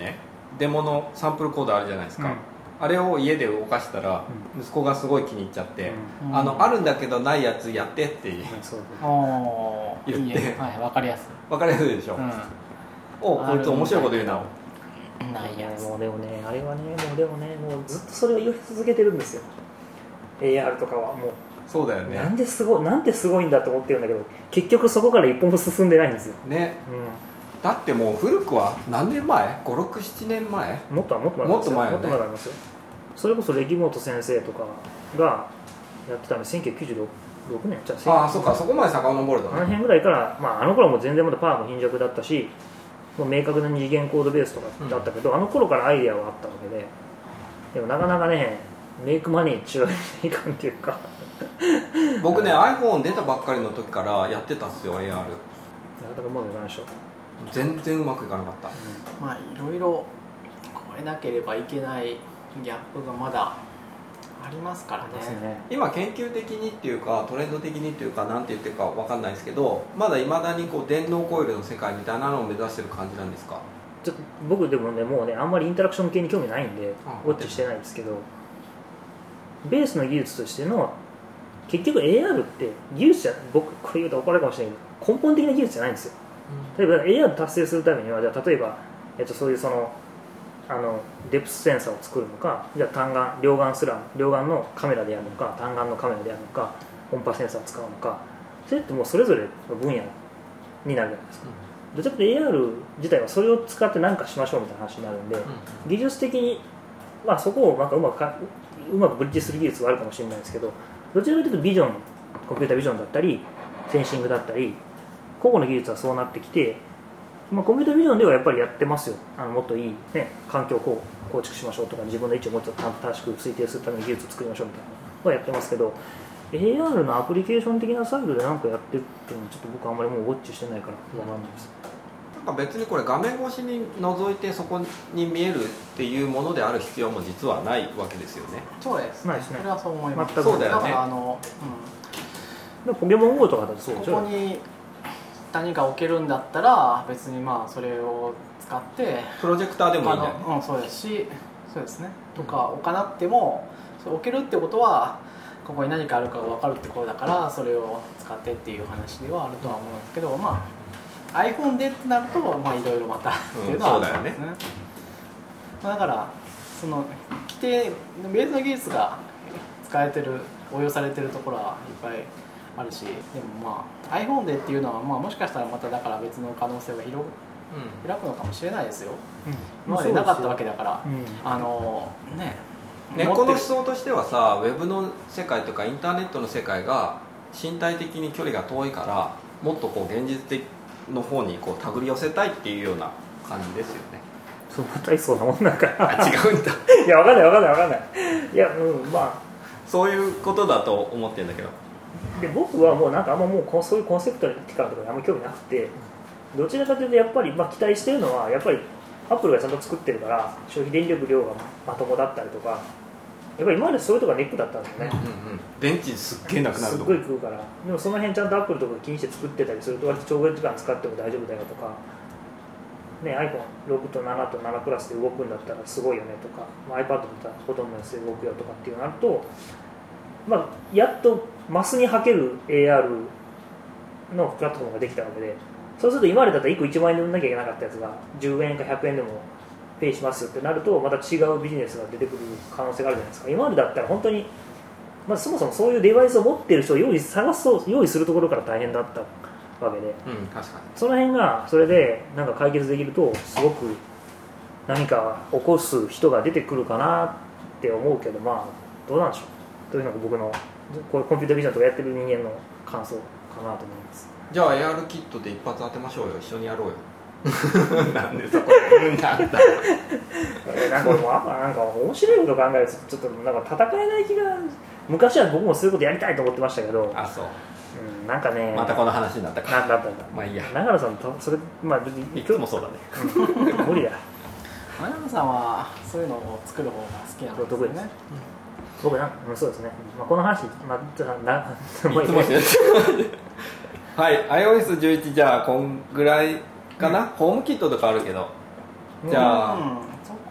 デモのサンプルコードあるじゃないですか、 うんあれを家で動かしたら息子がすごい気に入っちゃって、 うんあのあるんだけどないやつやってってうんそうおー言っていいねはい、分かりやすい、 分かりやすいでしょ、 うおこいつ面白いこと言うな、 ん、ないやつもうでもねあれはねもうでもねもうずっとそれを言い続けてるんですよ エーアール とかはもうそうだよねなんですごいなんですごいんだと思ってるんだけど結局そこから一歩も進んでないんですよ、 ねうだってもう古くは何年前 ごろくななねんまえん、もっともっと前もっと前よねもっと前ありますよそれこそ歴本先生とかがやってたのせんきゅうひゃくきゅうじゅうろくねんじゃあああそっかそこまで遡るとあのね辺ぐらいから、まあ、あの頃はもう全然まだパワーも貧弱だったしもう明確な二次元コードベースとかだったけど、うん、あの頃からアイデアはあったわけででもなかなかねメイクマネー中いかんっていうか僕ね iPhone 出たばっかりの時からやってたっすよ エーアールなかなかうまくいかないでしょ全然うまくいかなかった、 ん、まあいろいろこれなければいけないギャップがまだありますから ね, ね今研究的にっていうかトレンド的にっていうかなんて言ってるかわかんないですけどまだいまだにこう電脳コイルの世界みたいなのを目指してる感じなんですか？ ちょっと僕でもねもうねあんまりインタラクション系に興味ないんであウォッチしてないんですけどベースの技術としての結局 エーアール って技術じゃ僕これ言うと怒られるかもしれないけど根本的な技術じゃないんですよ。例えば エーアール 達成するためにはじゃあ例えば、えっと、そういうそのあのデプスセンサーを作るのかじゃあ単眼両眼すら両眼のカメラでやるのか単眼のカメラでやるのか音波センサーを使うのかそれってもうそれぞれの分野になるじゃないですか、うん、どちらかというと エーアール 自体はそれを使って何かしましょうみたいな話になるんで、うん、技術的に、まあ、そこをなんかうまくかうまくブリッジする技術はあるかもしれないですけどどちらかというとビジョンコンピュータービジョンだったりセンシングだったり個々の技術はそうなってきてまあ、コンピュータービジョンではやっぱりやってますよあのもっといい、ね、環境をこう構築しましょうとか自分の位置をもっと正しく推定するための技術を作りましょうみたいなのはやってますけど エーアール のアプリケーション的なサイドで何かやってるっていうのはちょっと僕あんまりもうウォッチしてないから分かんないです。 なんか別にこれ画面越しに覗いてそこに見えるっていうものである必要も実はないわけですよね。 そうですないですね。 それはそう思います。 全くそうだよね。 だからあの、 うん、ポケモン ゴー とかだとそうでしょ。 ここに何か置けるんだったら別にまあそれを使ってプロジェクターでもいいんだよね。 うん、そうですしそうですねとか置かなくてもそれ置けるってことはここに何かあるかが分かるってことだからそれを使ってっていう話ではあるとは思うんですけど、まあ iPhone でってなるとまあいろいろまたっていうのはあるんですね、うん、そうだよね。だからその規定ベースの技術が使えてる応用されてるところはいっぱいあるし、でもまあ iPhone でっていうのは、まあ、もしかしたらまただから別の可能性が広く、うん、開くのかもしれないですよ、うん、今までなかったわけだから、うん、あのね根っこの思想としてはさウェブの世界とかインターネットの世界が身体的に距離が遠いからもっとこう現実的の方にこう手繰り寄せたいっていうような感じですよね。 そう大そうなもんだからあ違うんだいや分かんない分かんない分かんないいやうんまあそういうことだと思ってるんだけどで僕はもうなんかあんまもうそういうコンセプトに力とかにあんま興味なくてどちらかというとやっぱり、まあ、期待してるのはやっぱりアップルがちゃんと作ってるから消費電力量がまともだったりとかやっぱり今までそういうとこがネックだったんですよね、 うんうん、電池すっげえなくなるとすっごい食うからでもその辺ちゃんとアップルとか気にして作ってたりすると割と長時間使っても大丈夫だよとか、ね、アイフォンろく とななとななプラスで動くんだったらすごいよねとか、まあ、iPad だったらほとんどのやつで動くよとかっていうのがあると、まあ、やっとマスにはける エーアール のプラットフォームができたわけでそうすると今までだったらいっこいちまんえんで売んなきゃいけなかったやつがじゅうえんかひゃくえんでもペイしますってなるとまた違うビジネスが出てくる可能性があるじゃないですか。今までだったら本当に、まあ、そもそもそういうデバイスを持っている人を用意探そう用意するところから大変だったわけで、 うん、確かにその辺がそれでなんか解決できるとすごく何か起こす人が出てくるかなって思うけどまあどうなんでしょうというのが僕のこういうコンピュータービジョンとかやってる人間の感想かなと思います。 じゃあ エーアール キットで一発当てましょうよ一緒にやろうよなんでそこで言うんだなんか俺もなんか面白いこと考えるとちょっとなんか戦えない気が昔は僕もそういうことやりたいと思ってましたけどあそう、 うん、なんかねまたこの話になったかなったったまあいいや長野さんとそれまあいつもそうだね、 うん、無理だ長野さんはそういうのを作る方が好きなんですよね、うん僕なんそうですね、まあ、この話、まあ、ちょっとなもういいねはい アイオーエスじゅういち じゃあこんぐらいかな、うん、ホームキットとかあるけどじゃあ、 うん、そ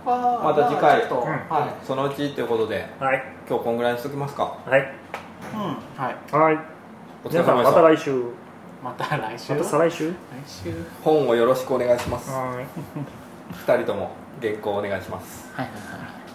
はまた次回ちょっと、 うんはそのうちということではい今日こんぐらいにしときますか。 はいい、うん、はいはいお疲れ皆さんま様でしたた。 来週また来週また再来週来週本をよろしくお願いします。 はいふたりとも原稿お願いします。 はいはいはい